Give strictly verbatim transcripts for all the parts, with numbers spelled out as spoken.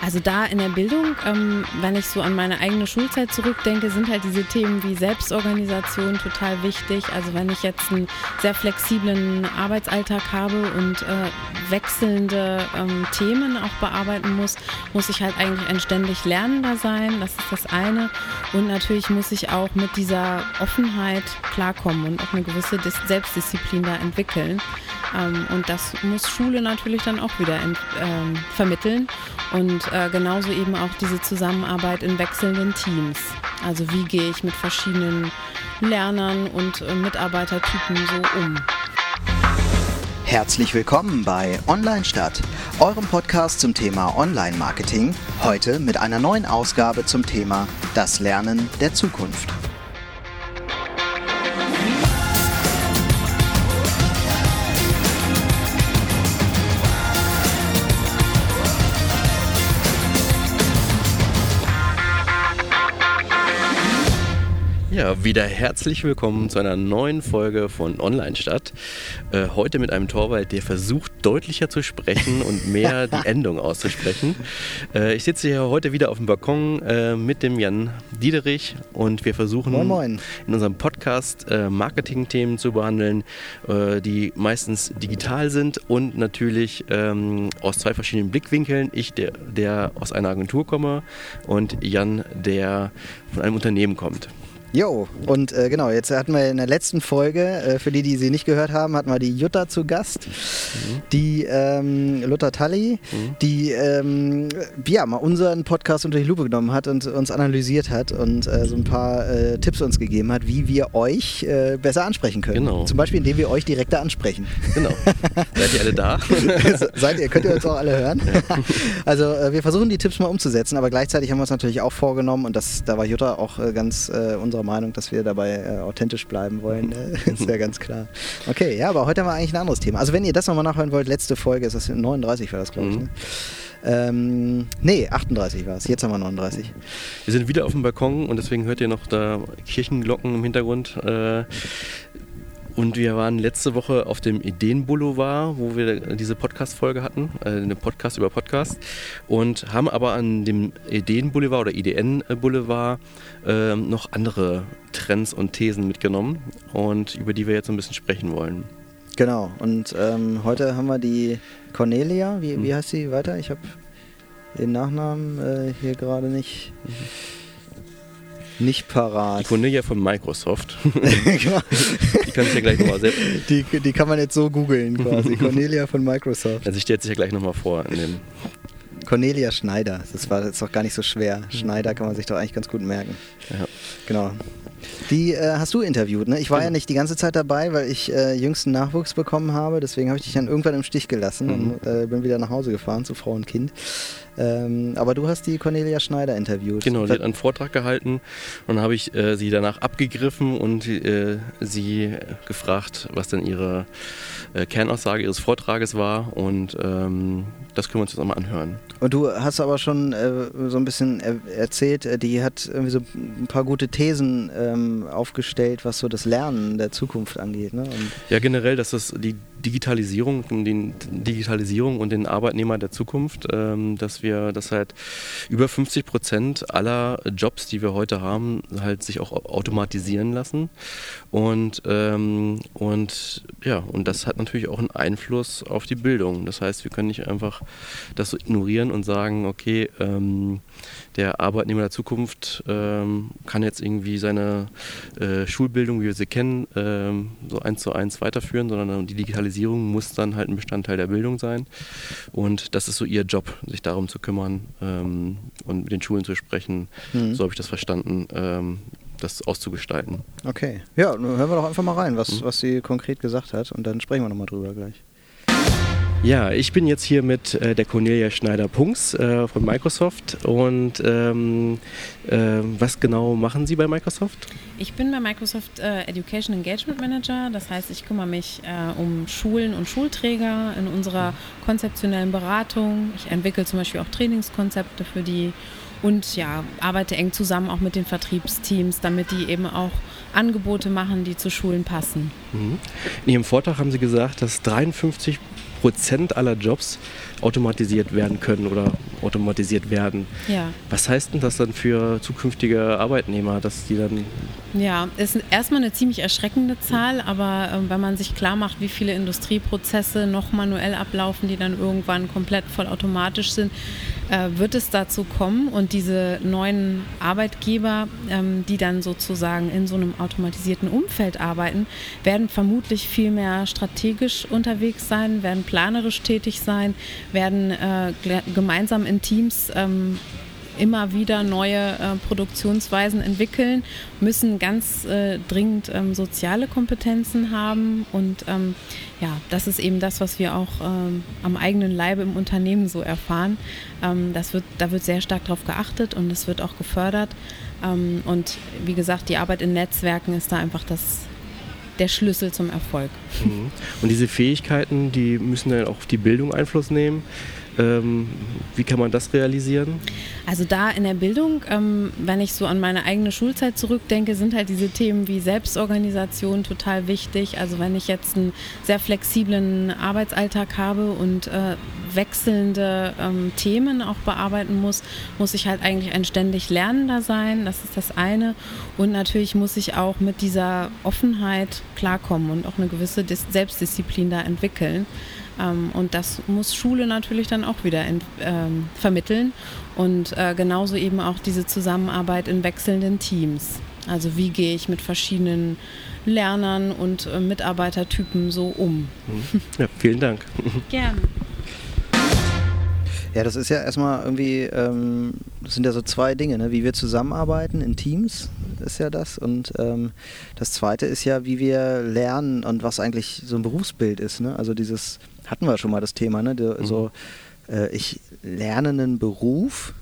Also da in der Bildung, ähm, wenn ich so an meine eigene Schulzeit zurückdenke, sind halt diese Themen wie Selbstorganisation total wichtig. Also wenn ich jetzt einen sehr flexiblen Arbeitsalltag habe und äh, wechselnde ähm, Themen auch bearbeiten muss, muss ich halt eigentlich ein ständig Lernender sein. Das ist das eine. Und natürlich muss ich auch mit dieser Offenheit klarkommen und auch eine gewisse Dis- Selbstdisziplin da entwickeln. Ähm, und das muss Schule natürlich dann auch wieder ent- ähm, vermitteln. Und äh, genauso eben auch diese Zusammenarbeit in wechselnden Teams. Also wie gehe ich mit verschiedenen Lernern und äh, Mitarbeitertypen so um. Herzlich willkommen bei Online Stadt, eurem Podcast zum Thema Online-Marketing. Heute mit einer neuen Ausgabe zum Thema das Lernen der Zukunft. Ja, wieder herzlich willkommen zu einer neuen Folge von Online Stadt. Äh, heute mit einem Torwald, der versucht deutlicher zu sprechen und mehr die Endung auszusprechen. Äh, ich sitze hier heute wieder auf dem Balkon äh, mit dem Jan Diederich und wir versuchen moin, moin. in unserem Podcast äh, Marketing-Themen zu behandeln, äh, die meistens digital sind und natürlich ähm, aus zwei verschiedenen Blickwinkeln. Ich, der, der aus einer Agentur komme, und Jan, der von einem Unternehmen kommt. Jo, und äh, genau, jetzt hatten wir in der letzten Folge, äh, für die, die sie nicht gehört haben, hatten wir die Jutta zu Gast, mhm. die ähm, Lutta Talli, mhm. die ähm, ja, mal unseren Podcast unter die Lupe genommen hat und uns analysiert hat und äh, so ein paar äh, Tipps uns gegeben hat, wie wir euch äh, besser ansprechen können. Genau. Zum Beispiel, indem wir euch direkter ansprechen. Genau. Seid ihr alle da? Seid ihr, könnt ihr uns auch alle hören? Ja. Also äh, wir versuchen die Tipps mal umzusetzen, aber gleichzeitig haben wir uns natürlich auch vorgenommen, und das, da war Jutta auch äh, ganz äh, unserer Meinung, dass wir dabei äh, authentisch bleiben wollen. Äh, ist ja ganz klar. Okay, ja, aber heute haben wir eigentlich ein anderes Thema. Also wenn ihr das nochmal nachhören wollt, letzte Folge, ist das neununddreißig war das, glaube ich. Mhm. Ne? Ähm, nee, achtunddreißig war es. Jetzt haben wir neununddreißig. Wir sind wieder auf dem Balkon und deswegen hört ihr noch da Kirchenglocken im Hintergrund. Äh, Und wir waren letzte Woche auf dem Ideenboulevard, wo wir diese Podcast-Folge hatten, äh, eine Podcast über Podcast, und haben aber an dem Ideenboulevard oder I D N-Boulevard äh, noch andere Trends und Thesen mitgenommen, und über die wir jetzt ein bisschen sprechen wollen. Genau, und ähm, heute haben wir die Cornelia, wie, wie heißt sie weiter? Ich habe den Nachnamen äh, hier gerade nicht... Nicht parat. Die Cornelia von Microsoft. Die kann ich ja gleich nochmal selbst... Die, die kann man jetzt so googeln quasi. Cornelia von Microsoft. Also ich stellt sich ja gleich nochmal vor. In dem Cornelia Schneider. Das war jetzt doch gar nicht so schwer. Schneider kann man sich doch eigentlich ganz gut merken. Ja. Genau. Die äh, hast du interviewt, ne? Ich war ja nicht die ganze Zeit dabei, weil ich äh, jüngsten Nachwuchs bekommen habe. Deswegen habe ich dich dann irgendwann im Stich gelassen mhm. und äh, bin wieder nach Hause gefahren zu Frau und Kind. Ähm, aber du hast die Cornelia Schneider interviewt. Genau, die hat einen Vortrag gehalten, und dann habe ich äh, sie danach abgegriffen und äh, sie gefragt, was denn ihre äh, Kernaussage ihres Vortrages war, und ähm, das können wir uns jetzt nochmal anhören. Und du hast aber schon äh, so ein bisschen er- erzählt, äh, die hat irgendwie so ein paar gute Thesen ähm, aufgestellt, was so das Lernen der Zukunft angeht. Ne? Und ja, generell, dass das die Digitalisierung, die Digitalisierung und den Arbeitnehmer der Zukunft, ähm, dass wir, dass halt über fünfzig Prozent aller Jobs, die wir heute haben, halt sich auch automatisieren lassen, und ähm, und ja, und das hat natürlich auch einen Einfluss auf die Bildung. Das heißt, wir können nicht einfach das so ignorieren und sagen, okay, ähm, der Arbeitnehmer der Zukunft ähm, kann jetzt irgendwie seine äh, Schulbildung, wie wir sie kennen, ähm, so eins zu eins weiterführen, sondern die Digitalisierung muss dann halt ein Bestandteil der Bildung sein. Und das ist so ihr Job, sich darum zu kümmern ähm, und mit den Schulen zu sprechen. Mhm. So habe ich das verstanden, ähm, das auszugestalten. Okay, ja, hören wir doch einfach mal rein, was, mhm. was sie konkret gesagt hat, und dann sprechen wir nochmal drüber gleich. Ja, ich bin jetzt hier mit äh, der Cornelia Schneider-Punks äh, von Microsoft, und ähm, äh, was genau machen Sie bei Microsoft? Ich bin bei Microsoft äh, Education Engagement Manager, das heißt, ich kümmere mich äh, um Schulen und Schulträger in unserer konzeptionellen Beratung. Ich entwickle zum Beispiel auch Trainingskonzepte für die und ja, arbeite eng zusammen auch mit den Vertriebsteams, damit die eben auch Angebote machen, die zu Schulen passen. Mhm. In Ihrem Vortrag haben Sie gesagt, dass dreiundfünfzig Prozent aller Jobs automatisiert werden können oder automatisiert werden. Ja. Was heißt denn das dann für zukünftige Arbeitnehmer, dass die dann... Ja, ist erstmal eine ziemlich erschreckende Zahl, aber äh, wenn man sich klar macht, wie viele Industrieprozesse noch manuell ablaufen, die dann irgendwann komplett vollautomatisch sind, äh, wird es dazu kommen und diese neuen Arbeitgeber, ähm, die dann sozusagen in so einem automatisierten Umfeld arbeiten, werden vermutlich viel mehr strategisch unterwegs sein, werden planerisch tätig sein, werden äh, gemeinsam in Teams ähm, immer wieder neue äh, Produktionsweisen entwickeln, müssen ganz äh, dringend ähm, soziale Kompetenzen haben und ähm, ja, das ist eben das, was wir auch ähm, am eigenen Leibe im Unternehmen so erfahren. Ähm, das wird, da wird sehr stark darauf geachtet und es wird auch gefördert ähm, und wie gesagt, die Arbeit in Netzwerken ist da einfach das der Schlüssel zum Erfolg. Mhm. Und diese Fähigkeiten, die müssen dann auch auf die Bildung Einfluss nehmen. Ähm, wie kann man das realisieren? Also da in der Bildung, ähm, wenn ich so an meine eigene Schulzeit zurückdenke, sind halt diese Themen wie Selbstorganisation total wichtig. Also wenn ich jetzt einen sehr flexiblen Arbeitsalltag habe und äh, wechselnde ähm, Themen auch bearbeiten muss, muss ich halt eigentlich ein ständig Lernender sein. Das ist das eine. Und natürlich muss ich auch mit dieser Offenheit klarkommen und auch eine gewisse Dis- Selbstdisziplin da entwickeln. Ähm, und das muss Schule natürlich dann auch wieder ent- ähm, vermitteln und äh, genauso eben auch diese Zusammenarbeit in wechselnden Teams. Also wie gehe ich mit verschiedenen Lernern und äh, Mitarbeitertypen so um? Ja, vielen Dank. Gerne. Ja, das ist ja erstmal irgendwie, ähm, das sind ja so zwei Dinge, ne? Wie wir zusammenarbeiten in Teams ist ja das und ähm, das zweite ist ja, wie wir lernen und was eigentlich so ein Berufsbild ist, ne? Also dieses, hatten wir schon mal das Thema, ne? De, mhm. So, äh, ich lerne einen Beruf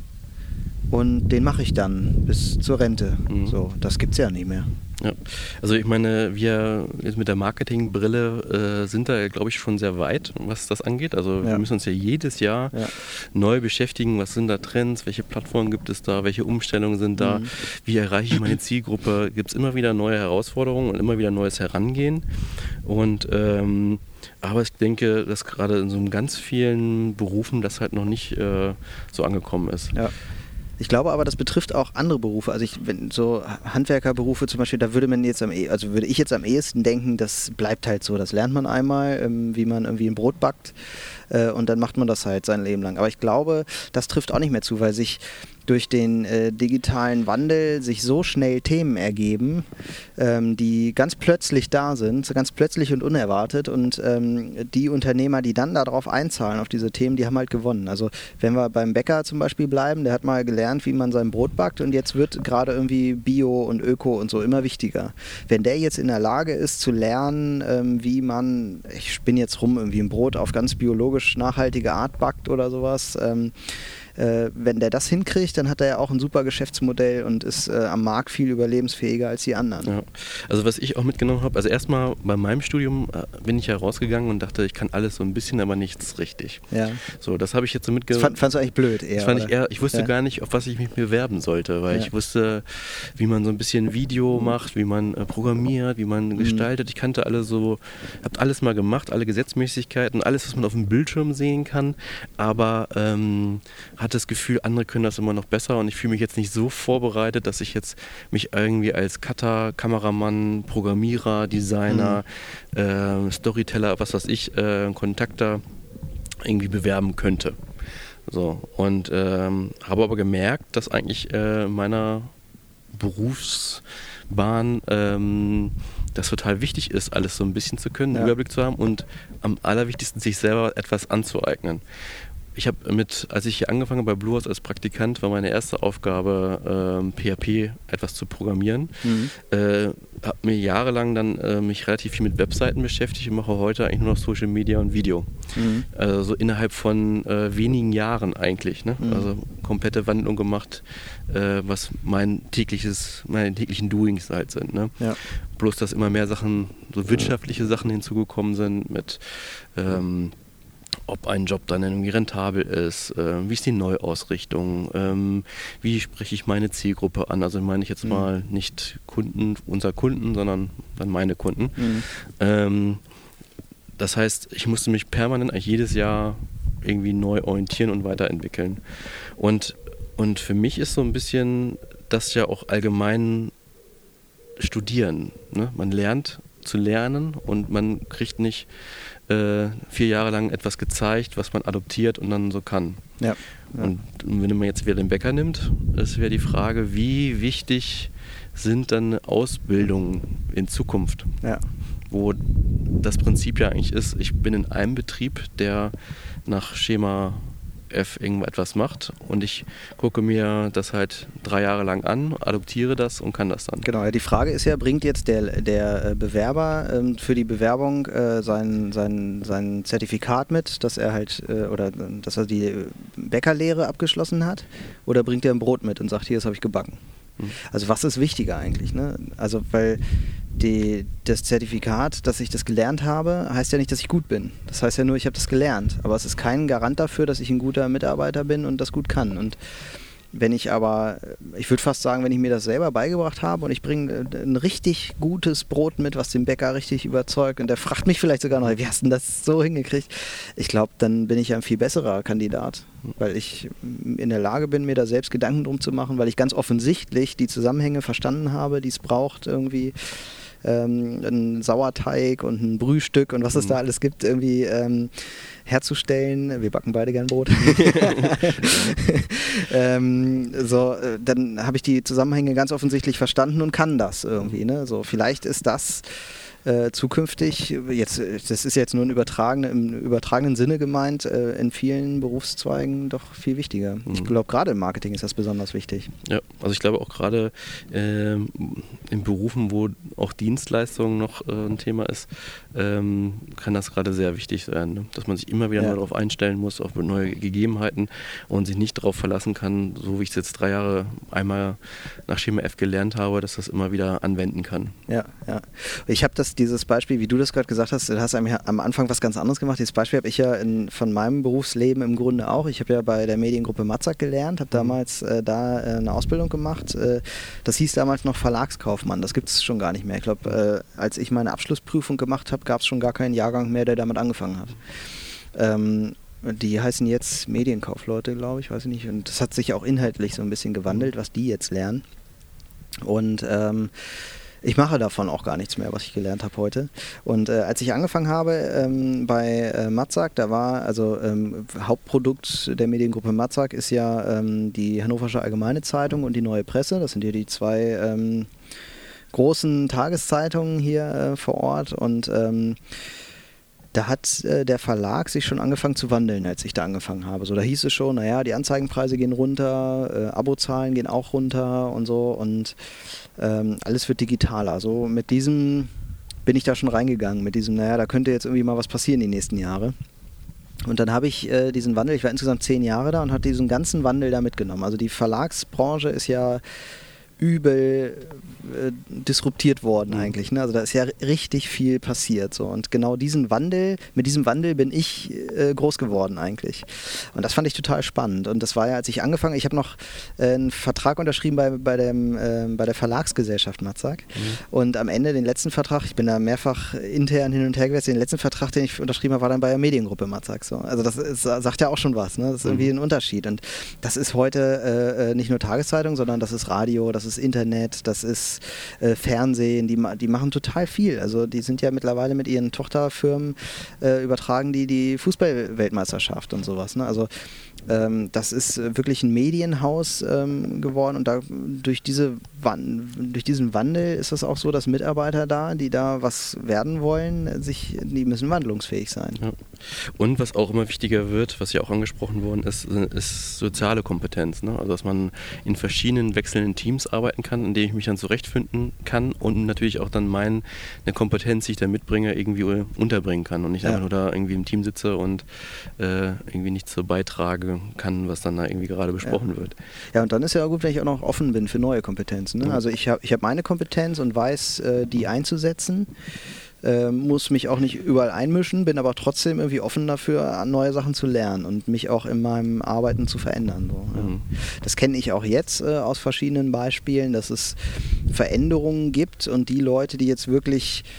und den mache ich dann bis zur Rente. Mhm. So, das gibt's ja nicht mehr. Ja, also ich meine, wir jetzt mit der Marketingbrille äh, sind da, glaube ich, schon sehr weit, was das angeht. Also ja. wir müssen uns ja jedes Jahr ja. neu beschäftigen, was sind da Trends, welche Plattformen gibt es da, welche Umstellungen sind da, mhm. wie erreiche ich meine Zielgruppe, gibt es immer wieder neue Herausforderungen und immer wieder neues Herangehen. Und ähm, aber ich denke, dass gerade in so ganz vielen Berufen das halt noch nicht äh, so angekommen ist. Ja. Ich glaube aber, das betrifft auch andere Berufe. Also ich, wenn so Handwerkerberufe zum Beispiel, da würde man jetzt am, also würde ich jetzt am ehesten denken, das bleibt halt so. Das lernt man einmal, ähm, wie man irgendwie ein Brot backt äh, und dann macht man das halt sein Leben lang. Aber ich glaube, das trifft auch nicht mehr zu, weil sich durch den äh, digitalen Wandel sich so schnell Themen ergeben, ähm, die ganz plötzlich da sind, ganz plötzlich und unerwartet und ähm, die Unternehmer, die dann darauf einzahlen, auf diese Themen, die haben halt gewonnen. Also wenn wir beim Bäcker zum Beispiel bleiben, der hat mal gelernt, wie man sein Brot backt und jetzt wird gerade irgendwie Bio und Öko und so immer wichtiger. Wenn der jetzt in der Lage ist zu lernen, ähm, wie man, ich spinne jetzt rum, irgendwie ein Brot auf ganz biologisch nachhaltige Art backt oder sowas, ähm, Äh, wenn der das hinkriegt, dann hat er ja auch ein super Geschäftsmodell und ist äh, am Markt viel überlebensfähiger als die anderen. Ja. Also was ich auch mitgenommen habe, also erstmal bei meinem Studium äh, bin ich ja rausgegangen und dachte, ich kann alles so ein bisschen, aber nichts richtig. Ja. So, das habe ich jetzt so mitgenommen. Das fand, fandst du eigentlich blöd eher? Das fand oder? ich eher, ich wusste ja. gar nicht, auf was ich mich bewerben sollte, weil ja. ich wusste, wie man so ein bisschen Video macht, wie man äh, programmiert, wie man mhm. gestaltet. Ich kannte alle so, habe alles mal gemacht, alle Gesetzmäßigkeiten, alles, was man auf dem Bildschirm sehen kann, aber ähm, hatte das Gefühl, andere können das immer noch besser und ich fühle mich jetzt nicht so vorbereitet, dass ich jetzt mich irgendwie als Cutter, Kameramann, Programmierer, Designer, mhm. äh, Storyteller, was weiß ich, äh, Kontakter irgendwie bewerben könnte. So, und ähm, habe aber gemerkt, dass eigentlich äh, meiner Berufsbahn ähm, das total wichtig ist, alles so ein bisschen zu können, einen ja. Überblick zu haben und am allerwichtigsten sich selber etwas anzueignen. Ich habe mit, als ich hier angefangen habe bei Bluehost als Praktikant, war meine erste Aufgabe, ähm, P H P etwas zu programmieren. Mhm. Äh, habe mir jahrelang dann äh, mich relativ viel mit Webseiten beschäftigt und mache heute eigentlich nur noch Social Media und Video. Mhm. Also so innerhalb von äh, wenigen Jahren eigentlich. Ne? Mhm. Also komplette Wandlung gemacht, äh, was mein tägliches, meine täglichen Doings halt sind. Ne? Ja. Bloß, dass immer mehr Sachen, so wirtschaftliche Sachen hinzugekommen sind mit ähm, ob ein Job dann irgendwie rentabel ist, äh, wie ist die Neuausrichtung, ähm, wie spreche ich meine Zielgruppe an, also meine ich jetzt mhm. mal nicht Kunden, unser Kunden, sondern dann meine Kunden. Mhm. Ähm, das heißt, ich musste mich permanent eigentlich jedes Jahr irgendwie neu orientieren und weiterentwickeln. Und, und für mich ist so ein bisschen das ja auch allgemein Studieren. Ne? Man lernt zu lernen und man kriegt nicht äh, vier Jahre lang etwas gezeigt, was man adoptiert und dann so kann. Ja. Ja. Und wenn man jetzt wieder den Bäcker nimmt, das wäre die Frage, wie wichtig sind dann Ausbildungen in Zukunft? Ja. Wo das Prinzip ja eigentlich ist, ich bin in einem Betrieb, der nach Schema F irgendetwas macht und ich gucke mir das halt drei Jahre lang an, adoptiere das und kann das dann. Genau, ja, die Frage ist ja, bringt jetzt der, der Bewerber ähm, für die Bewerbung äh, sein, sein, sein Zertifikat mit, dass er halt äh, oder dass er die Bäckerlehre abgeschlossen hat, oder bringt er ein Brot mit und sagt, hier, das habe ich gebacken? Mhm. Also was ist wichtiger eigentlich? Ne? Also weil Die, das Zertifikat, dass ich das gelernt habe, heißt ja nicht, dass ich gut bin. Das heißt ja nur, ich habe das gelernt. Aber es ist kein Garant dafür, dass ich ein guter Mitarbeiter bin und das gut kann. Und wenn ich aber, ich würde fast sagen, wenn ich mir das selber beigebracht habe und ich bringe ein richtig gutes Brot mit, was den Bäcker richtig überzeugt und der fragt mich vielleicht sogar noch, wie hast du denn das so hingekriegt? Ich glaube, dann bin ich ja ein viel besserer Kandidat, weil ich in der Lage bin, mir da selbst Gedanken drum zu machen, weil ich ganz offensichtlich die Zusammenhänge verstanden habe, die es braucht, irgendwie ähm, einen Sauerteig und ein Brühstück und was es da alles gibt, irgendwie ähm, herzustellen. Wir backen beide gern Brot. ähm, so, äh, dann habe ich die Zusammenhänge ganz offensichtlich verstanden und kann das irgendwie. Ne? So, vielleicht ist das Äh, zukünftig, jetzt, das ist jetzt nur ein übertragene, im übertragenen Sinne gemeint, äh, in vielen Berufszweigen doch viel wichtiger. Mhm. Ich glaube, gerade im Marketing ist das besonders wichtig. Ja, also ich glaube auch gerade ähm, in Berufen, wo auch Dienstleistung noch äh, ein Thema ist, ähm, kann das gerade sehr wichtig sein, ne? Dass man sich immer wieder ja. darauf einstellen muss, auf neue Gegebenheiten und sich nicht darauf verlassen kann, so wie ich es jetzt drei Jahre einmal nach Schema F gelernt habe, dass das immer wieder anwenden kann. Ja, ja. Ich habe das dieses Beispiel, wie du das gerade gesagt hast, du hast am Anfang was ganz anderes gemacht. Dieses Beispiel habe ich ja in, von meinem Berufsleben im Grunde auch. Ich habe ja bei der Mediengruppe Matzak gelernt, habe damals äh, da äh, eine Ausbildung gemacht. Äh, das hieß damals noch Verlagskaufmann. Das gibt es schon gar nicht mehr. Ich glaube, äh, als ich meine Abschlussprüfung gemacht habe, gab es schon gar keinen Jahrgang mehr, der damit angefangen hat. Ähm, die heißen jetzt Medienkaufleute, glaube ich, weiß ich nicht. Und das hat sich auch inhaltlich so ein bisschen gewandelt, was die jetzt lernen. Und ähm, ich mache davon auch gar nichts mehr, was ich gelernt habe heute. Und äh, als ich angefangen habe ähm, bei äh, Matzak, da war, also ähm, Hauptprodukt der Mediengruppe Matzak ist ja ähm, die Hannoversche Allgemeine Zeitung und die Neue Presse. Das sind hier die zwei ähm, großen Tageszeitungen hier äh, vor Ort. Und ähm, da hat äh, der Verlag sich schon angefangen zu wandeln, als ich da angefangen habe. So, da hieß es schon, naja, die Anzeigenpreise gehen runter, äh, Abozahlen gehen auch runter und so und ähm, alles wird digitaler. So mit diesem bin ich da schon reingegangen, mit diesem, naja, da könnte jetzt irgendwie mal was passieren die nächsten Jahre. Und dann habe ich äh, diesen Wandel, ich war insgesamt zehn Jahre da und habe diesen ganzen Wandel da mitgenommen. Also die Verlagsbranche ist ja übel äh, disruptiert worden mhm. eigentlich. Ne? Also da ist ja richtig viel passiert. So. Und genau diesen Wandel, mit diesem Wandel bin ich äh, groß geworden eigentlich. Und das fand ich total spannend. Und das war ja, als ich angefangen habe, ich habe noch äh, einen Vertrag unterschrieben bei, bei, dem, äh, bei der Verlagsgesellschaft Matzak. Mhm. Und am Ende den letzten Vertrag, ich bin da mehrfach intern hin und her gewesen, den letzten Vertrag, den ich unterschrieben habe, war dann bei der Mediengruppe Matzak. So. Also das ist, sagt ja auch schon was. Ne? Das ist mhm. irgendwie ein Unterschied. Und das ist heute äh, nicht nur Tageszeitung, sondern das ist Radio, das ist Internet, das ist äh, Fernsehen, die, die machen total viel. Also die sind ja mittlerweile mit ihren Tochterfirmen äh, übertragen die die Fußball-Weltmeisterschaft und sowas. Ne? Also ähm, das ist wirklich ein Medienhaus ähm, geworden und da durch, diese Wan- durch diesen Wandel ist es auch so, dass Mitarbeiter da, die da was werden wollen, sich, die müssen wandlungsfähig sein. Ja. Und was auch immer wichtiger wird, was ja auch angesprochen worden ist, ist soziale Kompetenz. Ne? Also dass man in verschiedenen wechselnden Teams arbeiten kann, in denen ich mich dann zurechtfinden kann und natürlich auch dann meine Kompetenz, die ich da mitbringe, irgendwie unterbringen kann und nicht ja. einfach nur da irgendwie im Team sitze und äh, irgendwie nichts so beitrage kann, was dann da irgendwie gerade besprochen ja. wird. Ja, und dann ist ja auch gut, wenn ich auch noch offen bin für neue Kompetenzen. Ne? Mhm. Also ich habe ich hab meine Kompetenz und weiß, äh, die einzusetzen. Äh, muss mich auch nicht überall einmischen, bin aber trotzdem irgendwie offen dafür, neue Sachen zu lernen und mich auch in meinem Arbeiten zu verändern. So, ja. mhm. Das kenne ich auch jetzt äh, aus verschiedenen Beispielen, dass es Veränderungen gibt und die Leute, die jetzt wirklich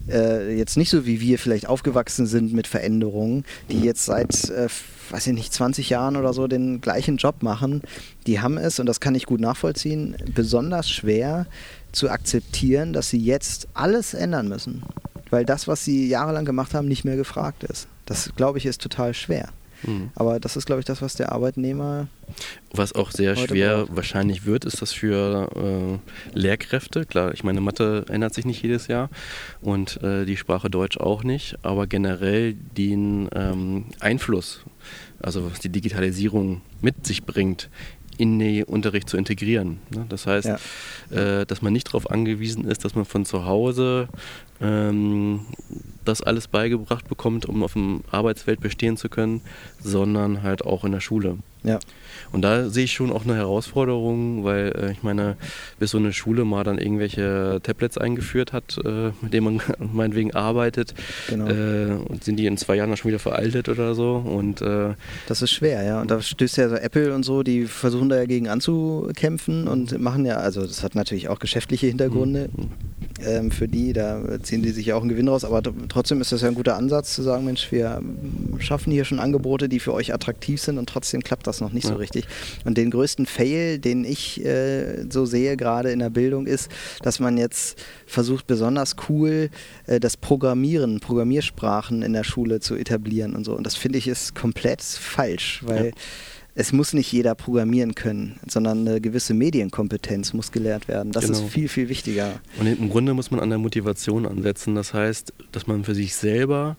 äh, jetzt nicht so wie wir vielleicht aufgewachsen sind mit Veränderungen, die jetzt seit, äh, weiß ich nicht, zwanzig Jahren oder so den gleichen Job machen, die haben es, und das kann ich gut nachvollziehen, besonders schwer zu akzeptieren, dass sie jetzt alles ändern müssen. Weil das, was sie jahrelang gemacht haben, nicht mehr gefragt ist. Das, glaube ich, ist total schwer. Mhm. Aber das ist, glaube ich, das, was der Arbeitnehmer... Was auch sehr schwer braucht. Wahrscheinlich wird, ist das für äh, Lehrkräfte. Klar, ich meine, Mathe ändert sich nicht jedes Jahr und äh, die Sprache Deutsch auch nicht. Aber generell den ähm, Einfluss, also was die Digitalisierung mit sich bringt, in den Unterricht zu integrieren. Ne? Das heißt, ja. äh, dass man nicht darauf angewiesen ist, dass man von zu Hause ähm, das alles beigebracht bekommt, um auf dem Arbeitswelt bestehen zu können, sondern halt auch in der Schule. Ja. Und da sehe ich schon auch eine Herausforderung, weil äh, ich meine, bis so eine Schule mal dann irgendwelche Tablets eingeführt hat, äh, mit denen man meinetwegen arbeitet, genau. äh, und sind die in zwei Jahren dann schon wieder veraltet oder so. Und, äh, das ist schwer, ja. Und da stößt ja so Apple und so, die versuchen da dagegen anzukämpfen und machen ja, also das hat natürlich auch geschäftliche Hintergründe mhm. ähm, für die, da ziehen die sich ja auch einen Gewinn raus, aber trotzdem ist das ja ein guter Ansatz zu sagen, Mensch, wir schaffen hier schon Angebote, die für euch attraktiv sind und trotzdem klappt das noch nicht ja. so richtig. Und den größten Fail, den ich äh, so sehe, gerade in der Bildung, ist, dass man jetzt versucht, besonders cool äh, das Programmieren, Programmiersprachen in der Schule zu etablieren und so. Und das finde ich ist komplett falsch, weil ja. es muss nicht jeder programmieren können, sondern eine gewisse Medienkompetenz muss gelehrt werden. Das genau. ist viel, viel wichtiger. Und im Grunde muss man an der Motivation ansetzen. Das heißt, dass man für sich selber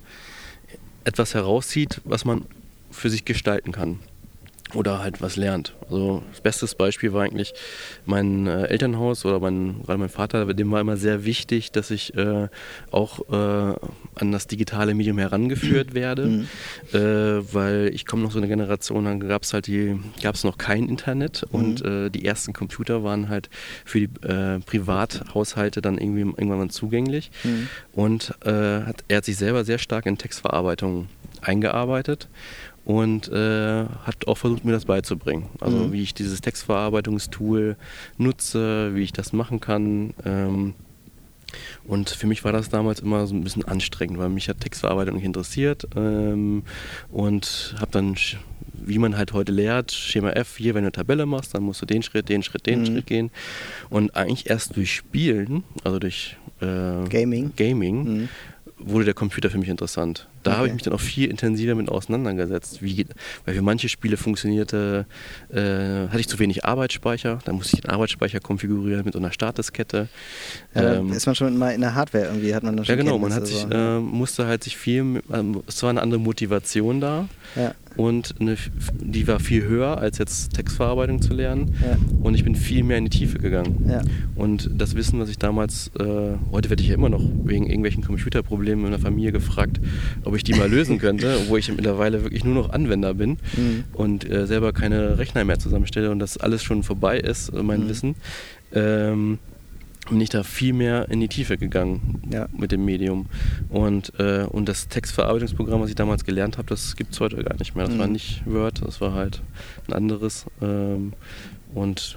etwas herauszieht, was man für sich gestalten kann. Oder halt was lernt. Also das beste Beispiel war eigentlich mein äh, Elternhaus oder mein, gerade mein Vater, dem war immer sehr wichtig, dass ich äh, auch äh, an das digitale Medium herangeführt werde, mhm. äh, weil ich komme noch so eine Generation, dann gab es halt die, gab es noch kein Internet mhm. und äh, die ersten Computer waren halt für die äh, Privathaushalte dann irgendwie irgendwann mal zugänglich mhm. und äh, hat, er hat sich selber sehr stark in Textverarbeitung eingearbeitet. Und äh, hat auch versucht, mir das beizubringen. Also mhm. wie ich dieses Textverarbeitungstool nutze, wie ich das machen kann. Ähm, und für mich war das damals immer so ein bisschen anstrengend, weil mich hat Textverarbeitung nicht interessiert. Ähm, und habe dann, wie man halt heute lehrt, Schema F, hier, wenn du eine Tabelle machst, dann musst du den Schritt, den Schritt, den mhm. Schritt gehen. Und eigentlich erst durch Spielen, also durch äh, Gaming, Gaming mhm. wurde der Computer für mich interessant. Da okay. habe ich mich dann auch viel intensiver mit auseinandergesetzt. Wie, weil für manche Spiele funktionierte, äh, hatte ich zu wenig Arbeitsspeicher. Da musste ich den Arbeitsspeicher konfigurieren mit so einer Startdiskette. Ja, ähm, ist man schon mal in der Hardware irgendwie, hat man dann schon Ja genau, man hat sich, so. äh, musste halt sich viel, äh, es war eine andere Motivation da. Ja. Und eine, die war viel höher, als jetzt Textverarbeitung zu lernen. Ja. Und ich bin viel mehr in die Tiefe gegangen. Ja. Und das Wissen, was ich damals, äh, heute werde ich ja immer noch wegen irgendwelchen Computerproblemen in der Familie gefragt, ob ich die mal lösen könnte, obwohl ich mittlerweile wirklich nur noch Anwender bin mhm. und äh, selber keine Rechner mehr zusammenstelle und das alles schon vorbei ist, mein mhm. Wissen. Ähm, bin ich da viel mehr in die Tiefe gegangen ja. mit dem Medium. Und, äh, und das Textverarbeitungsprogramm, was ich damals gelernt habe, das gibt es heute gar nicht mehr. Das mhm. war nicht Word, das war halt ein anderes. Ähm, und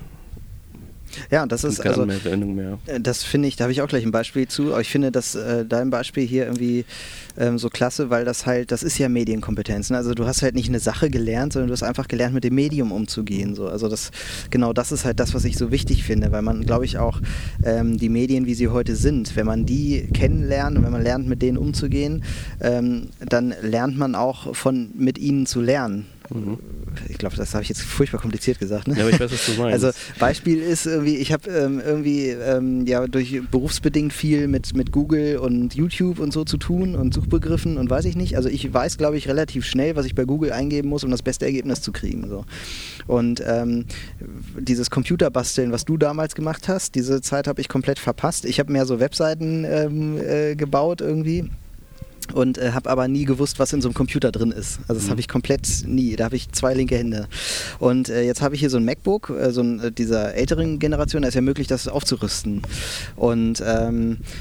ja, das ist keine also, Anwendung mehr. Das finde ich, da habe ich auch gleich ein Beispiel zu, aber ich finde das äh, dein Beispiel hier irgendwie ähm, so klasse, weil das halt, das ist ja Medienkompetenz. Ne? Also du hast halt nicht eine Sache gelernt, sondern du hast einfach gelernt, mit dem Medium umzugehen. So. Also das, genau das ist halt das, was ich so wichtig finde, weil man, glaube ich, auch ähm, die Medien, wie sie heute sind, wenn man die kennenlernt und wenn man lernt, mit denen umzugehen, ähm, dann lernt man auch von mit ihnen zu lernen. Mhm. Ich glaube, das habe ich jetzt furchtbar kompliziert gesagt. Ne? Ja, aber ich weiß, was du meinst. Also Beispiel ist irgendwie, ich habe ähm, irgendwie ähm, ja durch berufsbedingt viel mit, mit Google und YouTube und so zu tun und Suchbegriffen und weiß ich nicht. Also ich weiß, glaube ich, relativ schnell, was ich bei Google eingeben muss, um das beste Ergebnis zu kriegen. So. Und ähm, dieses Computerbasteln, was du damals gemacht hast, diese Zeit habe ich komplett verpasst. Ich habe mehr so Webseiten ähm, äh, gebaut irgendwie. Und äh, habe aber nie gewusst, was in so einem Computer drin ist. Also das mhm. habe ich komplett nie. Da habe ich zwei linke Hände. Und äh, jetzt habe ich hier so ein MacBook, äh, so ein, äh, dieser älteren Generation, da ist ja möglich, das aufzurüsten. Und ähm,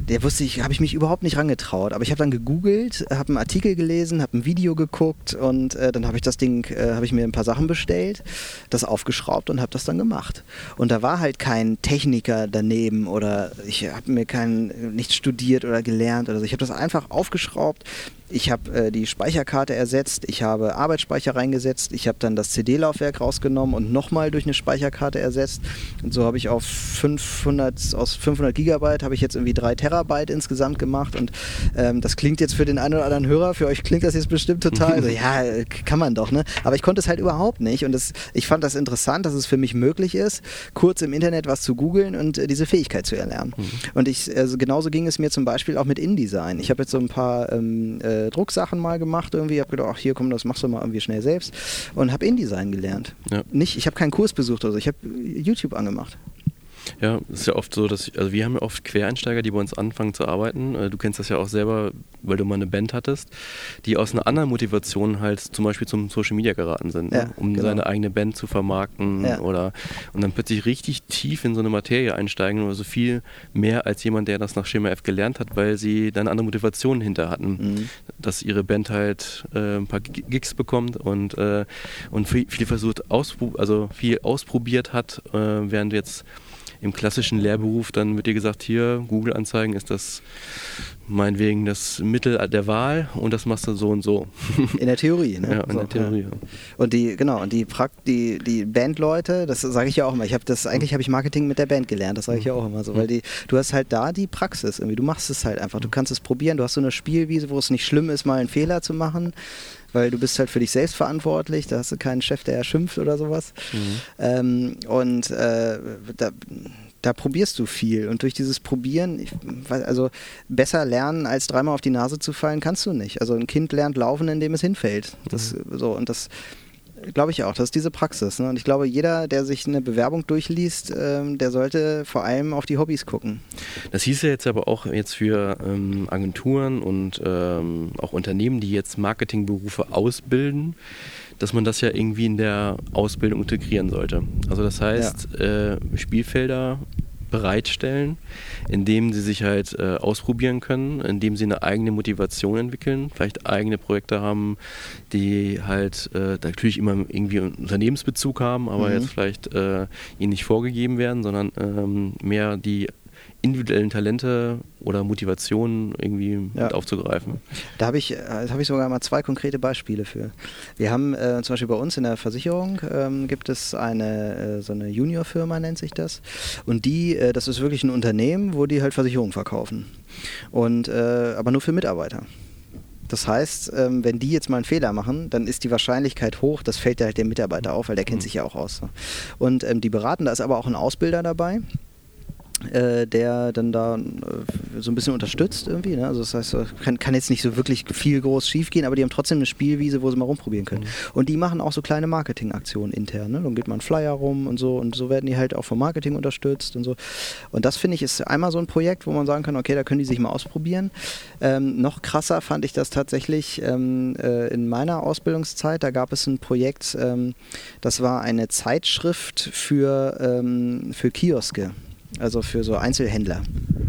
der wusste ich, habe ich mich überhaupt nicht rangetraut. Aber ich habe dann gegoogelt, habe einen Artikel gelesen, habe ein Video geguckt und äh, dann habe ich das Ding, äh, habe ich mir ein paar Sachen bestellt, das aufgeschraubt und habe das dann gemacht. Und da war halt kein Techniker daneben oder ich habe mir kein, nichts studiert oder gelernt oder so. Ich habe das einfach aufgeschraubt. Ich habe äh, die Speicherkarte ersetzt, ich habe Arbeitsspeicher reingesetzt, ich habe dann das C D-Laufwerk rausgenommen und nochmal durch eine Speicherkarte ersetzt. Und so habe ich auf fünfhundert, aus fünfhundert Gigabyte habe ich jetzt irgendwie drei Terabyte insgesamt gemacht. Und ähm, das klingt jetzt für den einen oder anderen Hörer, für euch klingt das jetzt bestimmt total, also, ja, kann man doch, ne? Aber ich konnte es halt überhaupt nicht. Und das, ich fand das interessant, dass es für mich möglich ist, kurz im Internet was zu googeln und äh, diese Fähigkeit zu erlernen. Mhm. Und ich, also genauso ging es mir zum Beispiel auch mit InDesign. Ich habe jetzt so ein paar ähm, äh, Drucksachen mal gemacht irgendwie, habe gedacht, ach hier komm, das machst du mal irgendwie schnell selbst und habe InDesign gelernt. Ja. Nicht, ich habe keinen Kurs besucht oder so, ich habe YouTube angemacht. Ja, es ist ja oft so, dass ich, also wir haben ja oft Quereinsteiger, die bei uns anfangen zu arbeiten. Du kennst das ja auch selber, weil du mal eine Band hattest, die aus einer anderen Motivation halt zum Beispiel zum Social Media geraten sind, ja, ne? um genau. seine eigene Band zu vermarkten ja. oder und dann plötzlich richtig tief in so eine Materie einsteigen oder so viel mehr als jemand, der das nach Schema F gelernt hat, weil sie dann andere Motivationen hinter hatten, mhm. dass ihre Band halt äh, ein paar Gigs bekommt und, äh, und viel, viel versucht, auspro- also viel ausprobiert hat, äh, während jetzt im klassischen Lehrberuf, dann wird dir gesagt, hier, Google-Anzeigen ist das meinetwegen das Mittel der Wahl und das machst du so und so. In der Theorie, ne? Ja, in so, der Theorie. Ja. Und die, genau, und die Prakt, die, die Bandleute, das sage ich ja auch immer, ich habe das, eigentlich habe ich Marketing mit der Band gelernt, das sage ich ja auch immer so, weil die, du hast halt da die Praxis irgendwie, du machst es halt einfach, du kannst es probieren, du hast so eine Spielwiese, wo es nicht schlimm ist, mal einen Fehler zu machen, weil du bist halt für dich selbst verantwortlich, da hast du keinen Chef, der schimpft oder sowas. Mhm. Ähm, und äh, da, da probierst du viel und durch dieses Probieren, ich, also besser lernen als dreimal auf die Nase zu fallen, kannst du nicht. Also ein Kind lernt laufen, indem es hinfällt. Das, mhm. so, und das glaube ich auch, das ist diese Praxis. Ne? Und ich glaube, jeder, der sich eine Bewerbung durchliest, ähm, der sollte vor allem auf die Hobbys gucken. Das hieß ja jetzt aber auch jetzt für ähm, Agenturen und ähm, auch Unternehmen, die jetzt Marketingberufe ausbilden, dass man das ja irgendwie in der Ausbildung integrieren sollte. Also das heißt, ja. äh, Spielfelder bereitstellen, indem sie sich halt äh, ausprobieren können, indem sie eine eigene Motivation entwickeln, vielleicht eigene Projekte haben, die halt äh, natürlich immer irgendwie einen Unternehmensbezug haben, aber mhm. jetzt vielleicht äh, ihnen nicht vorgegeben werden, sondern ähm, mehr die individuellen Talente oder Motivationen irgendwie ja. mit aufzugreifen. Da habe ich, da hab ich sogar mal zwei konkrete Beispiele für. Wir haben äh, zum Beispiel bei uns in der Versicherung ähm, gibt es eine, äh, so eine Junior-Firma nennt sich das und die, äh, das ist wirklich ein Unternehmen, wo die halt Versicherungen verkaufen und äh, aber nur für Mitarbeiter. Das heißt, ähm, wenn die jetzt mal einen Fehler machen, dann ist die Wahrscheinlichkeit hoch, das fällt halt dem Mitarbeiter auf, weil der kennt mhm. sich ja auch aus. Ne? Und ähm, die beraten, da ist aber auch ein Ausbilder dabei, Äh, der dann da äh, so ein bisschen unterstützt irgendwie. Ne? Also das heißt, kann, kann jetzt nicht so wirklich viel groß schief gehen, aber die haben trotzdem eine Spielwiese, wo sie mal rumprobieren können. Mhm. Und die machen auch so kleine Marketingaktionen intern. Ne? Dann geht mal ein Flyer rum und so und so werden die halt auch vom Marketing unterstützt und so. Und das finde ich ist einmal so ein Projekt, wo man sagen kann, okay, da können die sich mal ausprobieren. Ähm, noch krasser fand ich das tatsächlich ähm, äh, in meiner Ausbildungszeit. Da gab es ein Projekt, ähm, das war eine Zeitschrift für, ähm, für Kioske. Also für so Einzelhändler.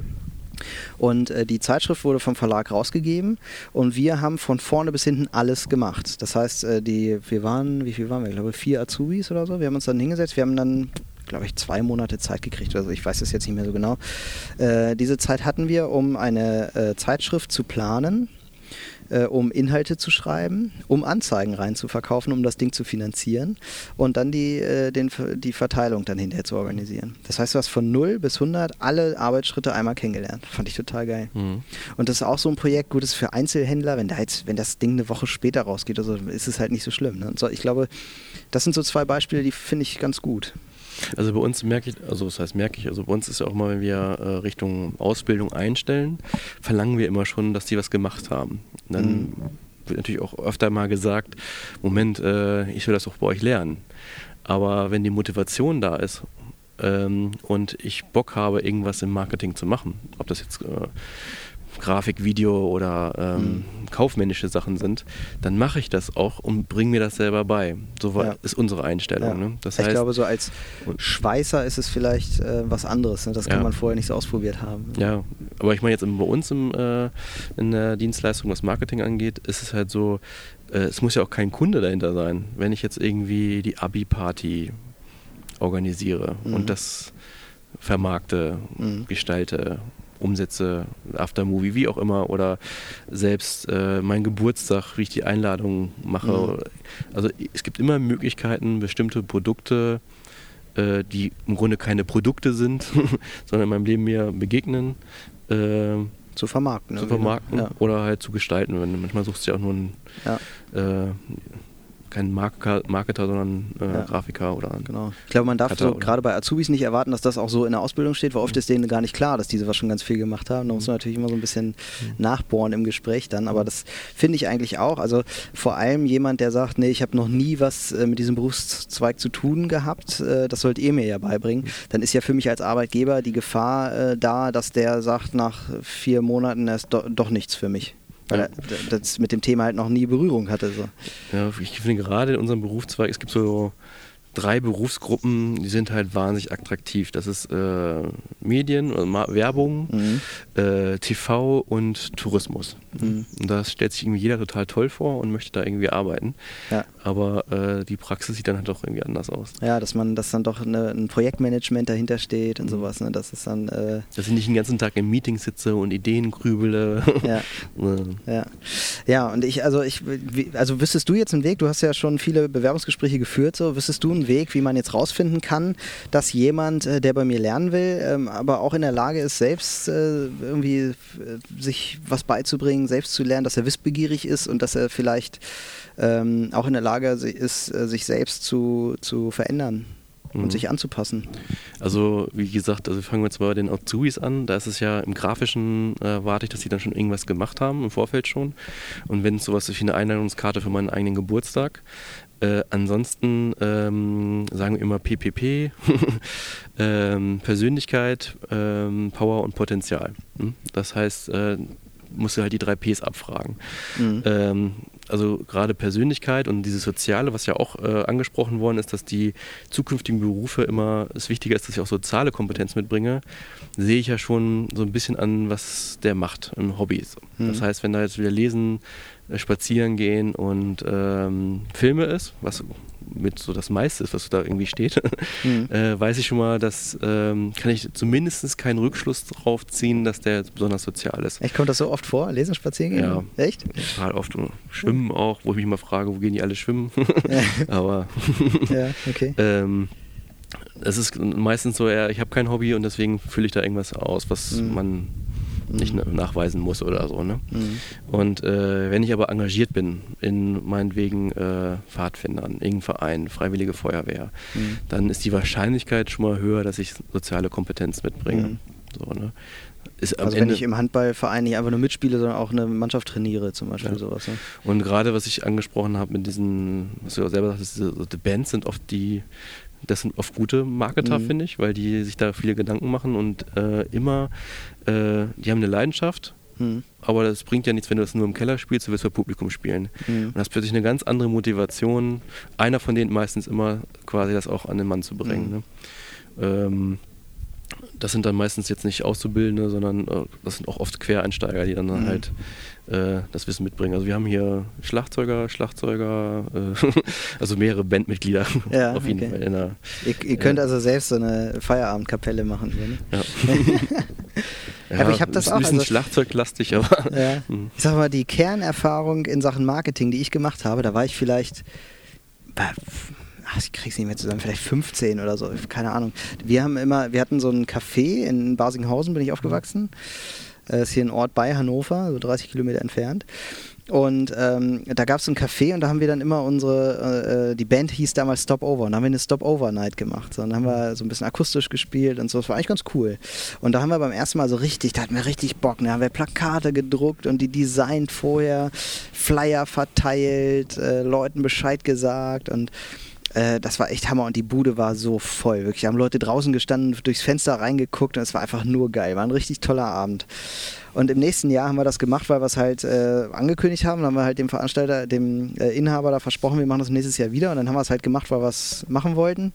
Und äh, die Zeitschrift wurde vom Verlag rausgegeben und wir haben von vorne bis hinten alles gemacht. Das heißt, äh, die, wir waren, wie viel waren wir? Ich glaube vier Azubis oder so. Wir haben uns dann hingesetzt, wir haben dann, glaube ich, zwei Monate Zeit gekriegt. Also ich weiß das jetzt nicht mehr so genau. Äh, diese Zeit hatten wir, um eine äh, Zeitschrift zu planen, äh, um Inhalte zu schreiben, um Anzeigen reinzuverkaufen, um das Ding zu finanzieren und dann die, äh, den, die Verteilung dann hinterher zu organisieren. Das heißt, du hast von null bis hundert alle Arbeitsschritte einmal kennengelernt. Fand ich total geil. Mhm. Und das ist auch so ein Projekt, gutes für Einzelhändler, wenn, da jetzt, wenn das Ding eine Woche später rausgeht, also ist es halt nicht so schlimm. Ne? Und so, ich glaube, das sind so zwei Beispiele, die finde ich ganz gut. Also bei uns merke ich, also das heißt merke ich, also bei uns ist ja auch mal, wenn wir äh, Richtung Ausbildung einstellen, verlangen wir immer schon, dass die was gemacht haben. Und dann mhm. wird natürlich auch öfter mal gesagt, Moment, äh, ich will das doch bei euch lernen. Aber wenn die Motivation da ist ähm, und ich Bock habe, irgendwas im Marketing zu machen, ob das jetzt äh, Grafik, Video oder ähm, mhm. kaufmännische Sachen sind, dann mache ich das auch und bringe mir das selber bei. So war, ja. ist unsere Einstellung. Ja. Ne? Das ich heißt, glaube, so als Schweißer ist es vielleicht äh, was anderes. Ne? Das kann ja. man vorher nicht so ausprobiert haben. Ja, aber ich meine jetzt bei uns im, äh, in der Dienstleistung, was Marketing angeht, ist es halt so, äh, es muss ja auch kein Kunde dahinter sein. Wenn ich jetzt irgendwie die Abi-Party organisiere mhm. und das vermarkte, mhm. gestalte, umsetze, Aftermovie, wie auch immer, oder selbst äh, mein Geburtstag, wie ich die Einladung mache. Mhm. Also es gibt immer Möglichkeiten, bestimmte Produkte, äh, die im Grunde keine Produkte sind, sondern in meinem Leben mir begegnen, äh, zu vermarkten. Zu vermarkten ja. oder halt zu gestalten. Manchmal suchst du ja auch nur einen ja. äh, kein Marketer, Marketer sondern äh, ja. Grafiker oder genau. Ich glaube, man darf so gerade bei Azubis nicht erwarten, dass das auch so in der Ausbildung steht, weil oft ist denen gar nicht klar, dass diese was schon ganz viel gemacht haben. Da muss man natürlich immer so ein bisschen mhm. nachbohren im Gespräch dann, aber das finde ich eigentlich auch. Also vor allem jemand, der sagt, nee, ich habe noch nie was äh, mit diesem Berufszweig zu tun gehabt, äh, das sollt ihr mir ja beibringen, dann ist ja für mich als Arbeitgeber die Gefahr äh, da, dass der sagt, nach vier Monaten, er ist do- doch nichts für mich. Weil er das mit dem Thema halt noch nie Berührung hatte. So. Ja, ich finde gerade in unserem Berufszweig, es gibt so drei Berufsgruppen, die sind halt wahnsinnig attraktiv. Das ist äh, Medien, also Werbung, mhm. äh, T V und Tourismus. Mhm. Und da stellt sich irgendwie jeder total toll vor und möchte da irgendwie arbeiten. Ja. Aber äh, die Praxis sieht dann halt doch irgendwie anders aus. Ja, dass man, dass dann doch eine, ein Projektmanagement dahinter steht und mhm. sowas. Ne? Das ist dann. Äh dass ich nicht den ganzen Tag im Meeting sitze und Ideen grübele. Ja. ja. Ja, und ich, also ich, also wüsstest du jetzt einen Weg? Du hast ja schon viele Bewerbungsgespräche geführt. So, wüsstest du einen Weg, wie man jetzt rausfinden kann, dass jemand, äh, der bei mir lernen will, ähm, aber auch in der Lage ist, selbst äh, irgendwie äh, sich was beizubringen, selbst zu lernen, dass er wissbegierig ist und dass er vielleicht ähm, auch in der Lage ist, äh, sich selbst zu, zu verändern und mhm. sich anzupassen. Also wie gesagt, also fangen wir jetzt mal bei den Azubis an. Da ist es ja im Grafischen, äh, warte ich, dass die dann schon irgendwas gemacht haben, im Vorfeld schon. Und wenn es sowas wie eine Einladungskarte für meinen eigenen Geburtstag. Äh, ansonsten ähm, sagen wir immer P P P, ähm, Persönlichkeit, ähm, Power und Potenzial. Hm? Das heißt, äh, musst du halt die drei Ps abfragen. Mhm. Ähm, also gerade Persönlichkeit und dieses Soziale, was ja auch äh, angesprochen worden ist, dass die zukünftigen Berufe immer, es wichtiger ist, dass ich auch soziale Kompetenz mitbringe, sehe ich ja schon so ein bisschen an, was der macht im Hobby. Mhm. Das heißt, wenn da jetzt wieder Lesen, spazieren gehen und ähm, Filme ist, was mit so das meiste ist, was da irgendwie steht, mhm. äh, weiß ich schon mal, dass ähm, kann ich zumindest keinen Rückschluss drauf ziehen, dass der besonders sozial ist. Echt, kommt das so oft vor? Lesen, spazieren gehen? Ja. Echt? Total oft. Und schwimmen auch, wo ich mich mal frage, wo gehen die alle schwimmen? Ja. Aber ja, okay. ähm, es ist meistens so, eher, ich habe kein Hobby und deswegen fülle ich da irgendwas aus, was mhm. man nicht nachweisen muss oder so. Ne? Mhm. Und äh, wenn ich aber engagiert bin in meinetwegen äh, Pfadfindern, irgendeinem Verein, Freiwillige Feuerwehr, mhm. dann ist die Wahrscheinlichkeit schon mal höher, dass ich soziale Kompetenz mitbringe. Mhm. So, ne? Ist am also Ende wenn ich im Handballverein nicht einfach nur mitspiele, sondern auch eine Mannschaft trainiere zum Beispiel. Ja. Sowas. Ne? Und gerade was ich angesprochen habe mit diesen, was du auch selber sagst, diese, die Bands sind oft die Das sind oft gute Marketer, mhm. finde ich, weil die sich da viele Gedanken machen und äh, immer, äh, die haben eine Leidenschaft, mhm. aber das bringt ja nichts, wenn du das nur im Keller spielst, du willst für Publikum spielen. Mhm. Und hast plötzlich eine ganz andere Motivation, einer von denen meistens immer quasi das auch an den Mann zu bringen. Mhm. Ne? Ähm, das sind dann meistens jetzt nicht Auszubildende, sondern äh, das sind auch oft Quereinsteiger, die dann mhm. halt äh, das Wissen mitbringen. Also wir haben hier Schlagzeuger, Schlagzeuger, äh, also mehrere Bandmitglieder ja, auf jeden okay. Fall. In der, ihr, ihr könnt äh, also selbst so eine Feierabendkapelle machen. Oder? Ja. Ja, aber ich habe das auch. Ein bisschen also, schlagzeuglastig, aber. Ja. Ich sag mal, die Kernerfahrung in Sachen Marketing, die ich gemacht habe, da war ich vielleicht bei, ach, ich krieg's nicht mehr zusammen, vielleicht fünfzehn oder so, keine Ahnung. Wir haben immer, wir hatten so ein Café in Barsinghausen, bin ich aufgewachsen. Das ist hier ein Ort bei Hannover, so dreißig Kilometer entfernt. Und ähm, da gab es ein Café und da haben wir dann immer unsere, äh, die Band hieß damals Stop Over und da haben wir eine Stop Over Night gemacht. So, und dann haben wir so ein bisschen akustisch gespielt und so, das war eigentlich ganz cool. Und da haben wir beim ersten Mal so richtig, da hatten wir richtig Bock, da haben wir Plakate gedruckt und die designt vorher, Flyer verteilt, äh, Leuten Bescheid gesagt und Äh, das war echt Hammer und die Bude war so voll. Wirklich, haben Leute draußen gestanden, durchs Fenster reingeguckt und es war einfach nur geil. War ein richtig toller Abend. Und im nächsten Jahr haben wir das gemacht, weil wir es halt äh, angekündigt haben. Dann haben wir halt dem Veranstalter, dem äh, Inhaber da versprochen, wir machen das nächstes Jahr wieder. Und dann haben wir es halt gemacht, weil wir es machen wollten.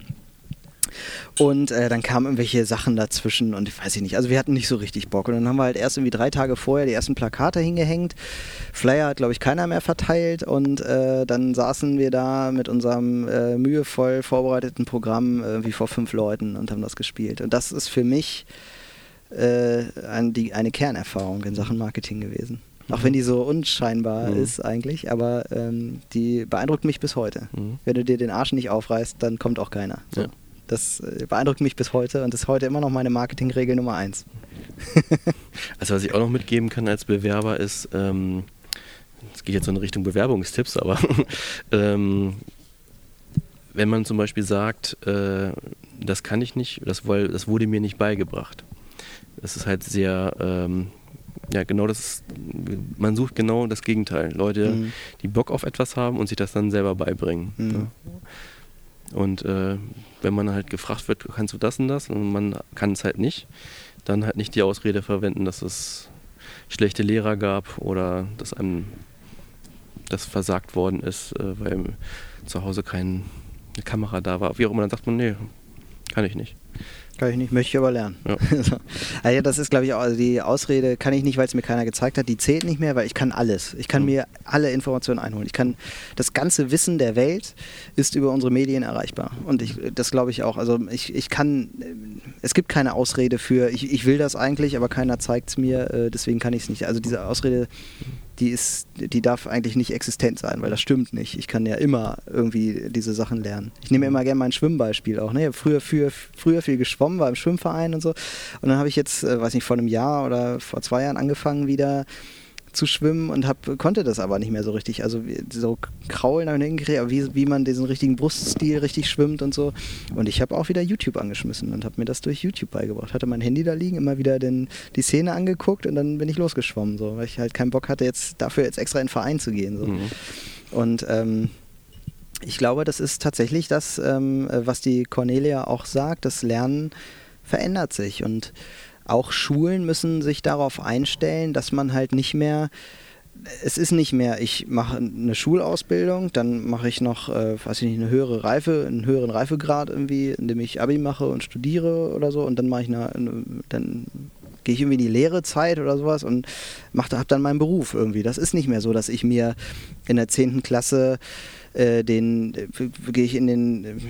Und äh, dann kamen irgendwelche Sachen dazwischen und ich weiß ich nicht, also wir hatten nicht so richtig Bock. Und dann haben wir halt erst irgendwie drei Tage vorher die ersten Plakate hingehängt. Flyer hat, glaube ich, keiner mehr verteilt und äh, dann saßen wir da mit unserem äh, mühevoll vorbereiteten Programm irgendwie vor fünf Leuten und haben das gespielt. Und das ist für mich äh, ein, die, eine Kernerfahrung in Sachen Marketing gewesen. Auch wenn die so unscheinbar mhm. ist eigentlich, aber ähm, die beeindruckt mich bis heute. Mhm. Wenn du dir den Arsch nicht aufreißt, dann kommt auch keiner. So. Ja. Das beeindruckt mich bis heute und ist heute immer noch meine Marketingregel Nummer eins. Also was ich auch noch mitgeben kann als Bewerber ist, ähm, das geht jetzt so in Richtung Bewerbungstipps, aber ähm, wenn man zum Beispiel sagt, äh, das kann ich nicht, das, weil, das wurde mir nicht beigebracht. Das ist halt sehr, ähm, ja genau das ist, man sucht genau das Gegenteil. Leute, mhm. die Bock auf etwas haben und sich das dann selber beibringen. Mhm. Ja. Und äh, wenn man halt gefragt wird, kannst du das und das, und man kann es halt nicht, dann halt nicht die Ausrede verwenden, dass es schlechte Lehrer gab oder dass einem das versagt worden ist, äh, weil zu Hause keine Kamera da war. Wie auch immer, dann sagt man, nee, kann ich nicht. Kann ich nicht, möchte ich aber lernen. Ja. Also das ist, glaube ich, auch also die Ausrede, kann ich nicht, weil es mir keiner gezeigt hat, die zählt nicht mehr, weil ich kann alles. Ich kann mhm. mir alle Informationen einholen. Ich kann, das ganze Wissen der Welt ist über unsere Medien erreichbar. Und ich, das glaube ich auch. Also ich, ich kann, es gibt keine Ausrede für, ich, ich will das eigentlich, aber keiner zeigt es mir, deswegen kann ich es nicht. Also diese Ausrede, die ist, die darf eigentlich nicht existent sein, weil das stimmt nicht. Ich kann ja immer irgendwie diese Sachen lernen. Ich nehme immer gerne mein Schwimmbeispiel auch. Ne? Ich habe früher, früher, früher viel geschwommen, war im Schwimmverein und so. Und dann habe ich jetzt, äh, weiß nicht, vor einem Jahr oder vor zwei Jahren angefangen wieder zu schwimmen und hab, konnte das aber nicht mehr so richtig. Also so kraulen habe ich hingekriegt, aber wie, wie man diesen richtigen Bruststil richtig schwimmt und so. Und ich habe auch wieder YouTube angeschmissen und habe mir das durch YouTube beigebracht. Hatte mein Handy da liegen, immer wieder den, die Szene angeguckt und dann bin ich losgeschwommen, so, weil ich halt keinen Bock hatte, jetzt dafür jetzt extra in den Verein zu gehen. So. Mhm. Und ähm, ich glaube, das ist tatsächlich das, ähm, was die Cornelia auch sagt, das Lernen verändert sich und auch Schulen müssen sich darauf einstellen, dass man halt nicht mehr, es ist nicht mehr, ich mache eine Schulausbildung, dann mache ich noch, äh, weiß ich nicht, eine höhere Reife, einen höheren Reifegrad irgendwie, indem ich Abi mache und studiere oder so und dann mache ich eine, eine dann gehe ich irgendwie in die Lehrezeit oder sowas und mache, habe dann meinen Beruf irgendwie. Das ist nicht mehr so, dass ich mir in der zehnten Klasse äh, den, äh, gehe ich in den äh,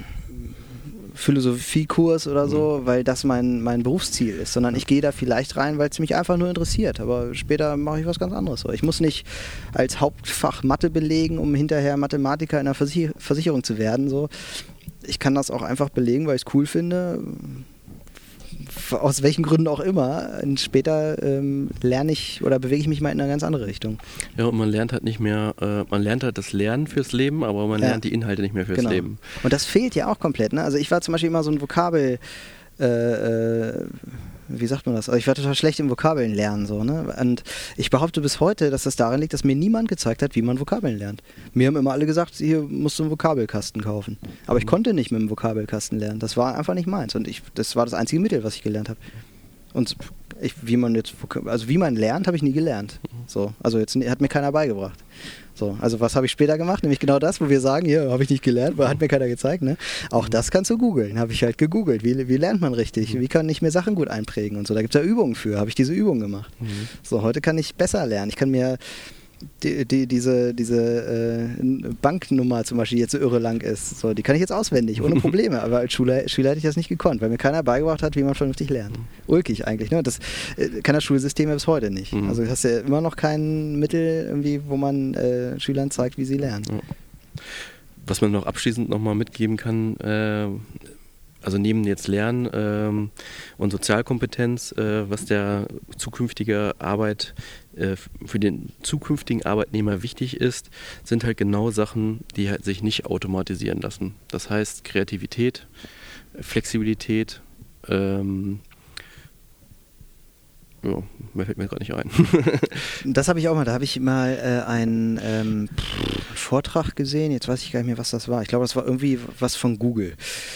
Philosophiekurs oder so, mhm. weil das mein, mein Berufsziel ist, sondern ich gehe da vielleicht rein, weil es mich einfach nur interessiert, aber später mache ich was ganz anderes. So. Ich muss nicht als Hauptfach Mathe belegen, um hinterher Mathematiker in einer Versich- Versicherung zu werden. So. Ich kann das auch einfach belegen, weil ich es cool finde, aus welchen Gründen auch immer. Und später ähm, lerne ich oder bewege ich mich mal in eine ganz andere Richtung. Ja, und man lernt halt nicht mehr, äh, man lernt halt das Lernen fürs Leben, aber man ja. lernt die Inhalte nicht mehr fürs genau. Leben. Und das fehlt ja auch komplett. Ne? Also ich war zum Beispiel immer so ein Vokabel, äh, äh, wie sagt man das? Also ich war total schlecht im Vokabeln lernen. So, ne? Und ich behaupte bis heute, dass das daran liegt, dass mir niemand gezeigt hat, wie man Vokabeln lernt. Mir haben immer alle gesagt, hier musst du einen Vokabelkasten kaufen. Aber ich konnte nicht mit dem Vokabelkasten lernen. Das war einfach nicht meins. Und ich, das war das einzige Mittel, was ich gelernt habe. Und ich, wie man jetzt, also wie man lernt, habe ich nie gelernt. So, also jetzt hat mir keiner beigebracht. So, also was habe ich später gemacht? Nämlich genau das, wo wir sagen, hier habe ich nicht gelernt, weil hat mir keiner gezeigt. Ne? Auch das kannst du googeln. Habe ich halt gegoogelt. Wie, wie lernt man richtig? Wie kann ich mir Sachen gut einprägen und so? Da gibt es ja Übungen für. Habe ich diese Übungen gemacht. Mhm. So, heute kann ich besser lernen. Ich kann mir die, die, diese, diese äh, Banknummer zum Beispiel, die jetzt so irre lang ist, so, die kann ich jetzt auswendig, ohne Probleme. Aber als Schüler, Schüler hätte ich das nicht gekonnt, weil mir keiner beigebracht hat, wie man vernünftig lernt. Ulkig eigentlich. Ne? Das äh, kann das Schulsystem ja bis heute nicht. Mhm. Also du hast ja immer noch kein Mittel, irgendwie, wo man äh, Schülern zeigt, wie sie lernen. Ja. Was man noch abschließend nochmal mitgeben kann, äh, also neben jetzt Lernen ähm, und Sozialkompetenz, äh, was der zukünftige Arbeit äh, für den zukünftigen Arbeitnehmer wichtig ist, sind halt genau Sachen, die halt sich nicht automatisieren lassen. Das heißt Kreativität, Flexibilität, ähm, Ja, mehr fällt mir gerade nicht ein. Das habe ich auch mal, da habe ich mal äh, einen ähm, Vortrag gesehen, jetzt weiß ich gar nicht mehr, was das war. Ich glaube, das war irgendwie was von Google.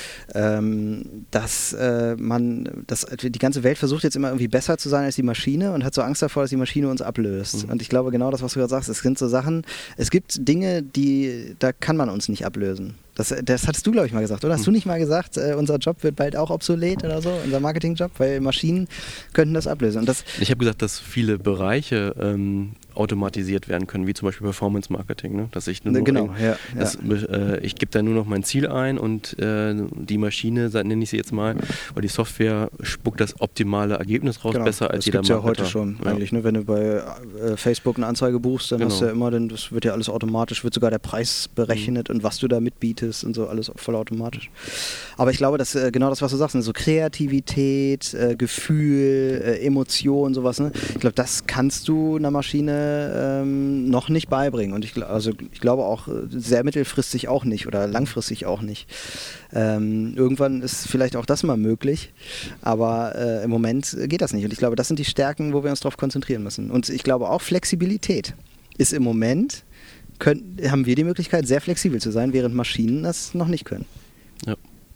Ähm, dass äh, man, dass die ganze Welt versucht jetzt immer irgendwie besser zu sein als die Maschine und hat so Angst davor, dass die Maschine uns ablöst. Mhm. Und ich glaube genau das, was du gerade sagst, es sind so Sachen, es gibt Dinge, die, da kann man uns nicht ablösen. Das, das hattest du, glaube ich, mal gesagt, oder? Hast du nicht mal gesagt, äh, unser Job wird bald auch obsolet oder so, unser Marketingjob, weil Maschinen könnten das ablösen. Und das ich habe gesagt, dass viele Bereiche ähm, automatisiert werden können, wie zum Beispiel Performance Marketing. Ne? Dass ich nur noch genau, ein, ja, dass, ja. Äh, ich gebe da nur noch mein Ziel ein und äh, die Maschine, nenne ich sie jetzt mal, weil die Software spuckt das optimale Ergebnis raus, genau. besser als das jeder Marketer. Das gibt Marketer. ja heute schon ja. eigentlich. Ne? Wenn du bei äh, Facebook eine Anzeige buchst, dann genau. hast du ja immer, dann, das wird ja alles automatisch, wird sogar der Preis berechnet mhm. und was du da mitbietest und so, alles voll automatisch. Aber ich glaube, dass äh, genau das, was du sagst, ne? So Kreativität, äh, Gefühl, äh, Emotion, sowas, ne? Ich glaube, das kannst du einer Maschine ähm, noch nicht beibringen. Und ich, also, ich glaube auch sehr mittelfristig auch nicht oder langfristig auch nicht. Ähm, irgendwann ist vielleicht auch das mal möglich, aber äh, im Moment geht das nicht. Und ich glaube, das sind die Stärken, wo wir uns darauf konzentrieren müssen. Und ich glaube auch Flexibilität ist im Moment, können, haben wir die Möglichkeit, sehr flexibel zu sein, während Maschinen das noch nicht können. Ja.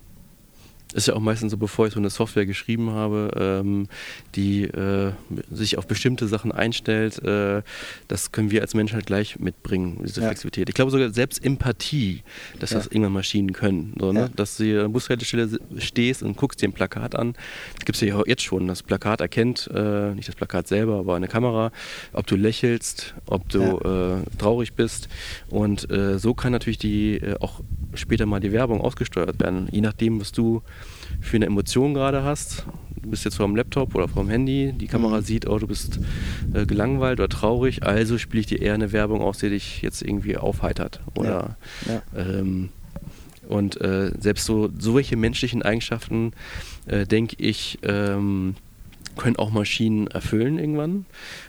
Ist ja auch meistens so, bevor ich so eine Software geschrieben habe, ähm, die äh, sich auf bestimmte Sachen einstellt, äh, das können wir als Mensch halt gleich mitbringen, diese ja. Flexibilität. Ich glaube sogar selbst Empathie, dass ja. das irgendwann Maschinen können. So, ne? Ja. Dass du an der Bushaltestelle stehst und guckst dir ein Plakat an. Das gibt es ja jetzt schon. Das Plakat erkennt, äh, nicht das Plakat selber, aber eine Kamera, ob du lächelst, ob du ja. äh, traurig bist. Und äh, so kann natürlich die äh, auch später mal die Werbung ausgesteuert werden, je nachdem, was du für eine Emotion gerade hast. Du bist jetzt vor dem Laptop oder vor dem Handy, die Kamera mhm. sieht, oh, du bist äh, gelangweilt oder traurig, also spiele ich dir eher eine Werbung aus, die dich jetzt irgendwie aufheitert. Oder, ja. Ja. Ähm, und äh, selbst so solche menschlichen Eigenschaften, äh, denke ich, ähm, können auch Maschinen erfüllen irgendwann.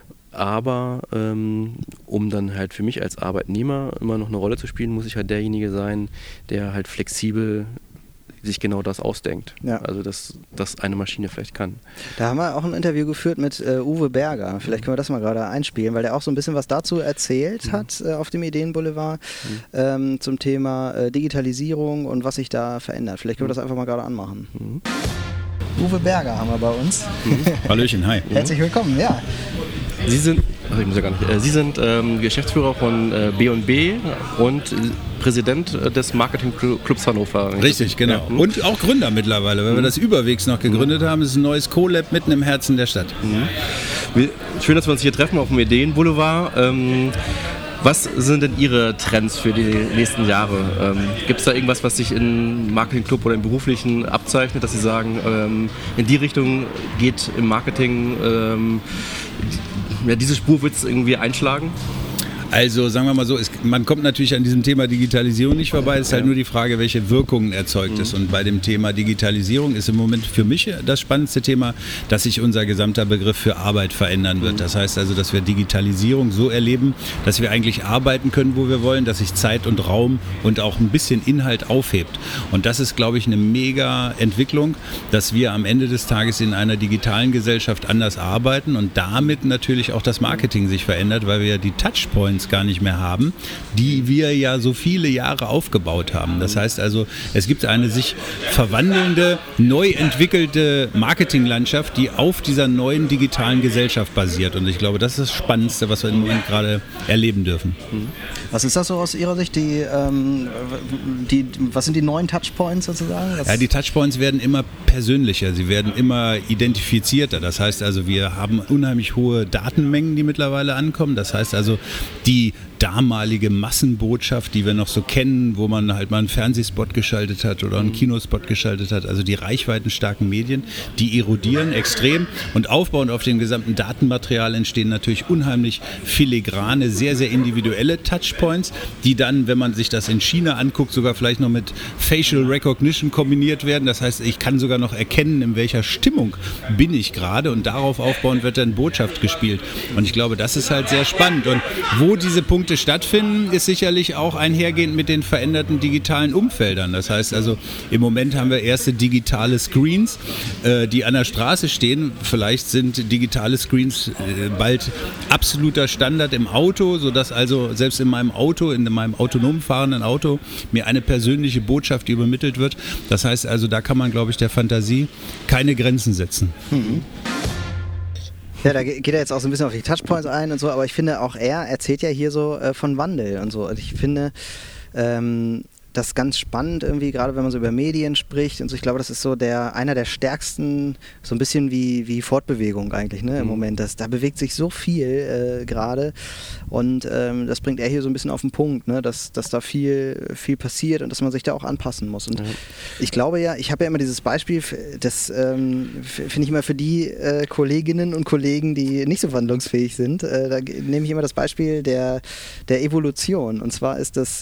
Aber ähm, um dann halt für mich als Arbeitnehmer immer noch eine Rolle zu spielen, muss ich halt derjenige sein, der halt flexibel sich genau das ausdenkt. Ja. Also dass das eine Maschine vielleicht kann. Da haben wir auch ein Interview geführt mit äh, Uwe Berger. Vielleicht können wir das mal gerade einspielen, weil der auch so ein bisschen was dazu erzählt mhm. hat äh, auf dem Ideenboulevard mhm. ähm, zum Thema äh, Digitalisierung und was sich da verändert. Vielleicht können wir das einfach mal gerade anmachen. Mhm. Uwe Berger haben wir bei uns. Mhm. Hallöchen, hi. Herzlich willkommen, ja. Sie sind, ach, ich muss ja gar nicht, äh, Sie sind ähm, Geschäftsführer von äh, B und B und Präsident des Marketingclubs Hannover. Richtig, genau. Ja. Und auch Gründer mittlerweile, weil mhm. wir das überwegs noch gegründet mhm. haben. Es ist ein neues Co-Lab mitten im Herzen der Stadt. Mhm. Schön, dass wir uns hier treffen auf dem Ideenboulevard. Ähm, Was sind denn Ihre Trends für die nächsten Jahre? Ähm, Gibt es da irgendwas, was sich im Marketingclub oder im Beruflichen abzeichnet, dass Sie sagen, ähm, in die Richtung geht im Marketing, ähm, ja, diese Spur wird es irgendwie einschlagen? Also sagen wir mal so, es, man kommt natürlich an diesem Thema Digitalisierung nicht vorbei. Es ist halt ja. nur die Frage, welche Wirkungen erzeugt mhm. es. Und bei dem Thema Digitalisierung ist im Moment für mich das spannendste Thema, dass sich unser gesamter Begriff für Arbeit verändern wird. Das heißt also, dass wir Digitalisierung so erleben, dass wir eigentlich arbeiten können, wo wir wollen, dass sich Zeit und Raum und auch ein bisschen Inhalt aufhebt. Und das ist, glaube ich, eine mega Entwicklung, dass wir am Ende des Tages in einer digitalen Gesellschaft anders arbeiten und damit natürlich auch das Marketing sich verändert, weil wir die Touchpoints gar nicht mehr haben, die wir ja so viele Jahre aufgebaut haben. Das heißt also, es gibt eine sich verwandelnde, neu entwickelte Marketinglandschaft, die auf dieser neuen digitalen Gesellschaft basiert. Und ich glaube, das ist das Spannendste, was wir im Moment gerade erleben dürfen. Was ist das so aus Ihrer Sicht? Die, ähm, die, was sind die neuen Touchpoints sozusagen? Was ja, die Touchpoints werden immer persönlicher, sie werden immer identifizierter. Das heißt also, wir haben unheimlich hohe Datenmengen, die mittlerweile ankommen. Das heißt also, die damalige Massenbotschaft, die wir noch so kennen, wo man halt mal einen Fernsehspot geschaltet hat oder einen Kinospot geschaltet hat, also die reichweitenstarken Medien, die erodieren extrem und aufbauend auf dem gesamten Datenmaterial entstehen natürlich unheimlich filigrane, sehr, sehr individuelle Touchpoints, die dann, wenn man sich das in China anguckt, sogar vielleicht noch mit Facial Recognition kombiniert werden. Das heißt, ich kann sogar noch erkennen, in welcher Stimmung bin ich gerade und darauf aufbauend wird dann Botschaft gespielt. Und ich glaube, das ist halt sehr spannend. Und wo diese Punkte heute stattfinden, ist sicherlich auch einhergehend mit den veränderten digitalen Umfeldern. Das heißt also, im Moment haben wir erste digitale Screens, äh, die an der Straße stehen. Vielleicht sind digitale Screens äh, bald absoluter Standard im Auto, sodass also selbst in meinem Auto, in meinem autonom fahrenden Auto, mir eine persönliche Botschaft übermittelt wird. Das heißt also, da kann man, glaube ich, der Fantasie keine Grenzen setzen. Mhm. Ja, da geht er jetzt auch so ein bisschen auf die Touchpoints ein und so, aber ich finde auch er erzählt ja hier so äh, von Wandel und so. Und ich finde ähm, das ganz spannend irgendwie, gerade wenn man so über Medien spricht und so. Ich glaube, das ist so der einer der stärksten, so ein bisschen wie, wie Fortbewegung eigentlich, ne, im mhm. Moment. Das, da bewegt sich so viel äh, gerade und ähm, das bringt er hier so ein bisschen auf den Punkt, ne, dass, dass da viel, viel passiert und dass man sich da auch anpassen muss. Und mhm. ich glaube ja, ich habe ja immer dieses Beispiel, das ähm, finde ich immer für die äh, Kolleginnen und Kollegen, die nicht so wandlungsfähig sind, äh, da nehme ich immer das Beispiel der, der Evolution. Und zwar ist das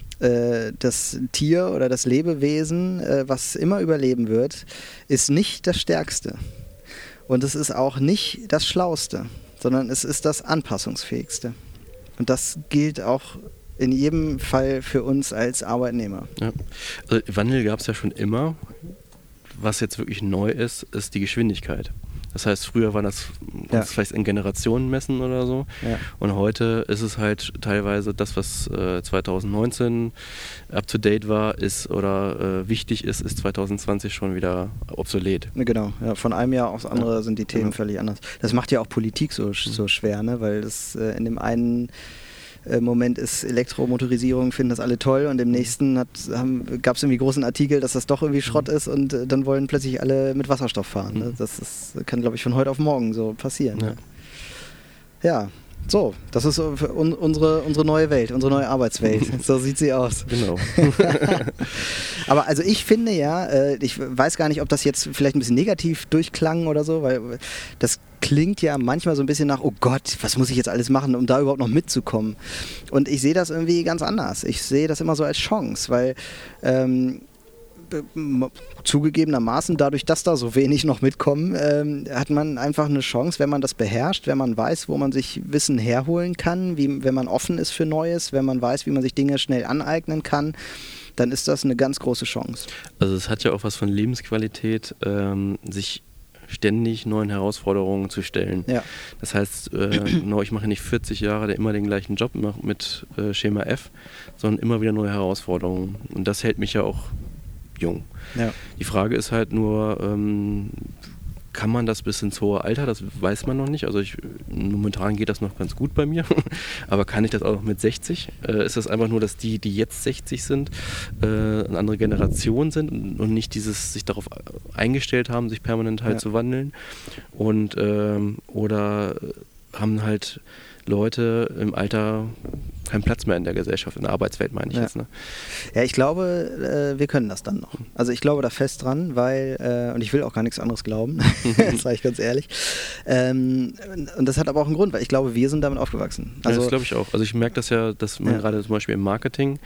das Tier oder das Lebewesen, was immer überleben wird, ist nicht das Stärkste. Und es ist auch nicht das Schlauste, sondern es ist das Anpassungsfähigste. Und das gilt auch in jedem Fall für uns als Arbeitnehmer. Ja. Also Wandel gab es ja schon immer. Was jetzt wirklich neu ist, ist die Geschwindigkeit. Das heißt, früher war das, ja. das vielleicht in Generationen messen oder so. Ja. Und heute ist es halt teilweise das, was äh, zwanzig neunzehn up to date war, ist oder äh, wichtig ist, ist zwanzig zwanzig schon wieder obsolet. Genau, ja, von einem Jahr aufs andere ja. sind die Themen ja. völlig anders. Das macht ja auch Politik so, so schwer, ne? Weil das äh, in dem einen Moment ist Elektromotorisierung, finden das alle toll und im nächsten gab es irgendwie großen Artikel, dass das doch irgendwie Schrott ist und äh, dann wollen plötzlich alle mit Wasserstoff fahren. Ne? Das ist, kann, glaube ich, von heute auf morgen so passieren. Ja, ja. So, das ist so für un- unsere, unsere neue Welt, unsere neue Arbeitswelt. So sieht sie aus. Genau. Aber also ich finde ja, äh, ich weiß gar nicht, ob das jetzt vielleicht ein bisschen negativ durchklang oder so, weil das klingt ja manchmal so ein bisschen nach, oh Gott, was muss ich jetzt alles machen, um da überhaupt noch mitzukommen? Und ich sehe das irgendwie ganz anders. Ich sehe das immer so als Chance, weil ähm, zugegebenermaßen, dadurch, dass da so wenig noch mitkommen, ähm, hat man einfach eine Chance, wenn man das beherrscht, wenn man weiß, wo man sich Wissen herholen kann, wie, wenn man offen ist für Neues, wenn man weiß, wie man sich Dinge schnell aneignen kann, dann ist das eine ganz große Chance. Also es hat ja auch was von Lebensqualität, ähm, sich ständig neuen Herausforderungen zu stellen. Ja. Das heißt, äh, no, ich mache nicht vierzig Jahre immer den gleichen Job mit äh, Schema F, sondern immer wieder neue Herausforderungen. Und das hält mich ja auch jung. Ja. Die Frage ist halt nur, ähm, kann man das bis ins hohe Alter? Das weiß man noch nicht. Also ich, momentan geht das noch ganz gut bei mir. Aber kann ich das auch noch mit sechzig? Äh, ist das einfach nur, dass die, die jetzt sechzig sind, äh, eine andere Generation sind und, und nicht dieses sich darauf eingestellt haben, sich permanent halt ja. zu wandeln? Und ähm, oder haben halt Leute im Alter keinen Platz mehr in der Gesellschaft, in der Arbeitswelt, meine ich ja. jetzt. Ne? Ja, ich glaube, äh, wir können das dann noch. Also ich glaube da fest dran, weil, äh, und ich will auch gar nichts anderes glauben, das sage ich ganz ehrlich. Ähm, und das hat aber auch einen Grund, weil ich glaube, wir sind damit aufgewachsen. Also, ja, das glaube ich auch. Also ich merke das ja, dass man ja. gerade zum Beispiel im Marketing,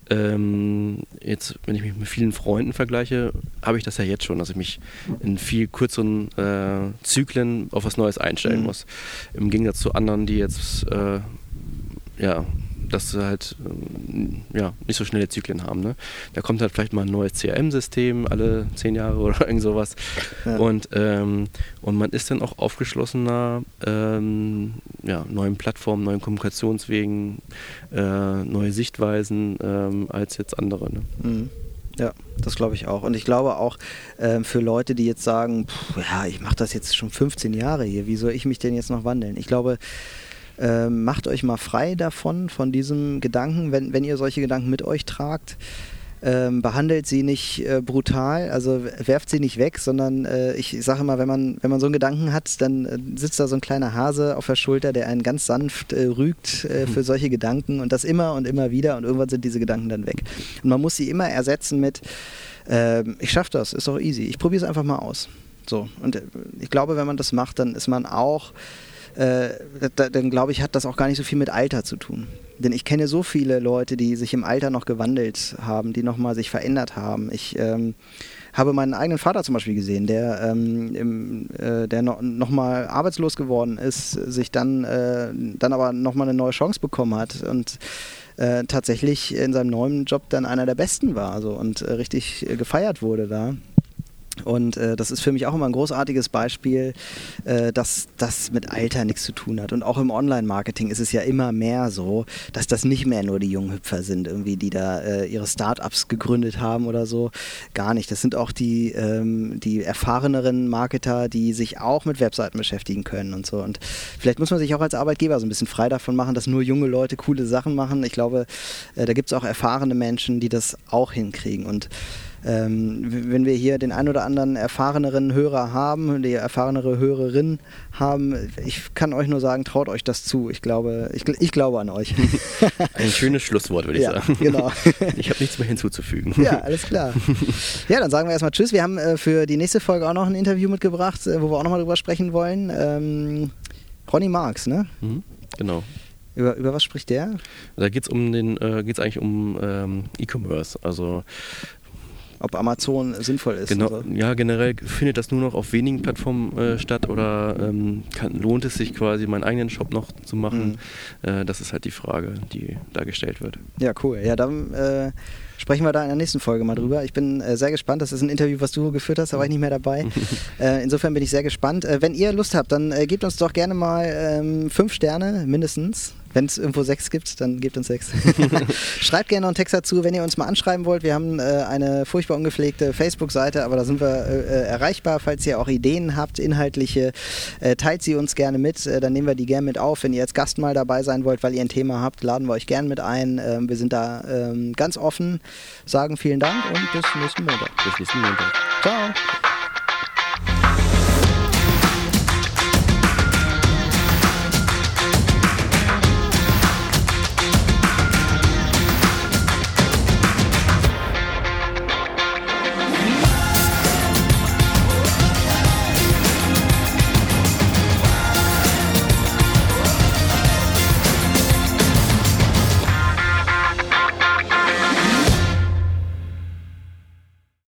ähm, jetzt, wenn ich mich mit vielen Freunden vergleiche, habe ich das ja jetzt schon, dass ich mich in viel kürzeren äh, Zyklen auf was Neues einstellen mhm. muss. Im Gegensatz zu anderen, die jetzt äh, ja, dass sie halt ähm, ja, nicht so schnelle Zyklen haben. Ne? Da kommt halt vielleicht mal ein neues C R M-System alle zehn Jahre oder irgend sowas. Ja. Und, ähm, und man ist dann auch aufgeschlossener ähm, ja, neuen Plattformen, neuen Kommunikationswegen, äh, neue Sichtweisen ähm, als jetzt andere. Ne? Mhm. Ja, das glaube ich auch. Und ich glaube auch äh, für Leute, die jetzt sagen, pff, ja, ich mache das jetzt schon fünfzehn Jahre hier, wie soll ich mich denn jetzt noch wandeln? Ich glaube, Ähm, macht euch mal frei davon, von diesem Gedanken, wenn, wenn ihr solche Gedanken mit euch tragt, ähm, behandelt sie nicht äh, brutal, also werft sie nicht weg, sondern äh, ich sage mal, wenn man, wenn man so einen Gedanken hat, dann äh, sitzt da so ein kleiner Hase auf der Schulter, der einen ganz sanft äh, rügt äh, für solche Gedanken und das immer und immer wieder und irgendwann sind diese Gedanken dann weg. Und man muss sie immer ersetzen mit, äh, ich schaffe das, ist doch easy, ich probiere es einfach mal aus. So, und äh, ich glaube, wenn man das macht, dann ist man auch Äh, da, dann glaube ich, hat das auch gar nicht so viel mit Alter zu tun. Denn ich kenne so viele Leute, die sich im Alter noch gewandelt haben, die nochmal sich verändert haben. Ich ähm, habe meinen eigenen Vater zum Beispiel gesehen, der, ähm, im, äh, der no, noch mal arbeitslos geworden ist, sich dann, äh, dann aber nochmal eine neue Chance bekommen hat und äh, tatsächlich in seinem neuen Job dann einer der Besten war, also, und äh, richtig äh, gefeiert wurde da. Und äh, das ist für mich auch immer ein großartiges Beispiel, äh, dass das mit Alter nichts zu tun hat. Und auch im Online-Marketing ist es ja immer mehr so, dass das nicht mehr nur die jungen Hüpfer sind, irgendwie, die da äh, ihre Start-ups gegründet haben oder so. Gar nicht. Das sind auch die, ähm, die erfahreneren Marketer, die sich auch mit Webseiten beschäftigen können und so. Und vielleicht muss man sich auch als Arbeitgeber so ein bisschen frei davon machen, dass nur junge Leute coole Sachen machen. Ich glaube, äh, da gibt es auch erfahrene Menschen, die das auch hinkriegen. Und Ähm, wenn wir hier den ein oder anderen erfahreneren Hörer haben, die erfahrenere Hörerin haben, ich kann euch nur sagen, traut euch das zu. Ich glaube, ich, ich glaube an euch. Ein schönes Schlusswort, würde ich ja, sagen. Genau. Ich habe nichts mehr hinzuzufügen. Ja, alles klar. Ja, dann sagen wir erstmal Tschüss. Wir haben äh, für die nächste Folge auch noch ein Interview mitgebracht, äh, wo wir auch nochmal drüber sprechen wollen. Ähm, Ronny Marx, ne? Mhm, genau. Über, über was spricht der? Da geht es um den, äh, geht's eigentlich um ähm, E-Commerce, also ob Amazon sinnvoll ist. Genau, so. Ja, generell findet das nur noch auf wenigen Plattformen äh, statt oder ähm, kann, lohnt es sich quasi, meinen eigenen Shop noch zu machen? Mhm. Äh, das ist halt die Frage, die da gestellt wird. Ja, cool. Ja, dann äh, sprechen wir da in der nächsten Folge mal drüber. Ich bin äh, sehr gespannt. Das ist ein Interview, was du geführt hast, da war ich nicht mehr dabei. äh, insofern bin ich sehr gespannt. Äh, wenn ihr Lust habt, dann äh, gebt uns doch gerne mal ähm, fünf Sterne mindestens. Wenn es irgendwo sechs gibt, dann gebt uns sechs. Schreibt gerne noch einen Text dazu, wenn ihr uns mal anschreiben wollt. Wir haben äh, eine furchtbar ungepflegte Facebook-Seite, aber da sind wir äh, erreichbar. Falls ihr auch Ideen habt, inhaltliche, äh, teilt sie uns gerne mit. Äh, dann nehmen wir die gerne mit auf. Wenn ihr als Gast mal dabei sein wollt, weil ihr ein Thema habt, laden wir euch gerne mit ein. Äh, wir sind da äh, ganz offen, sagen vielen Dank und bis nächsten Montag. Bis nächsten Montag. Ciao.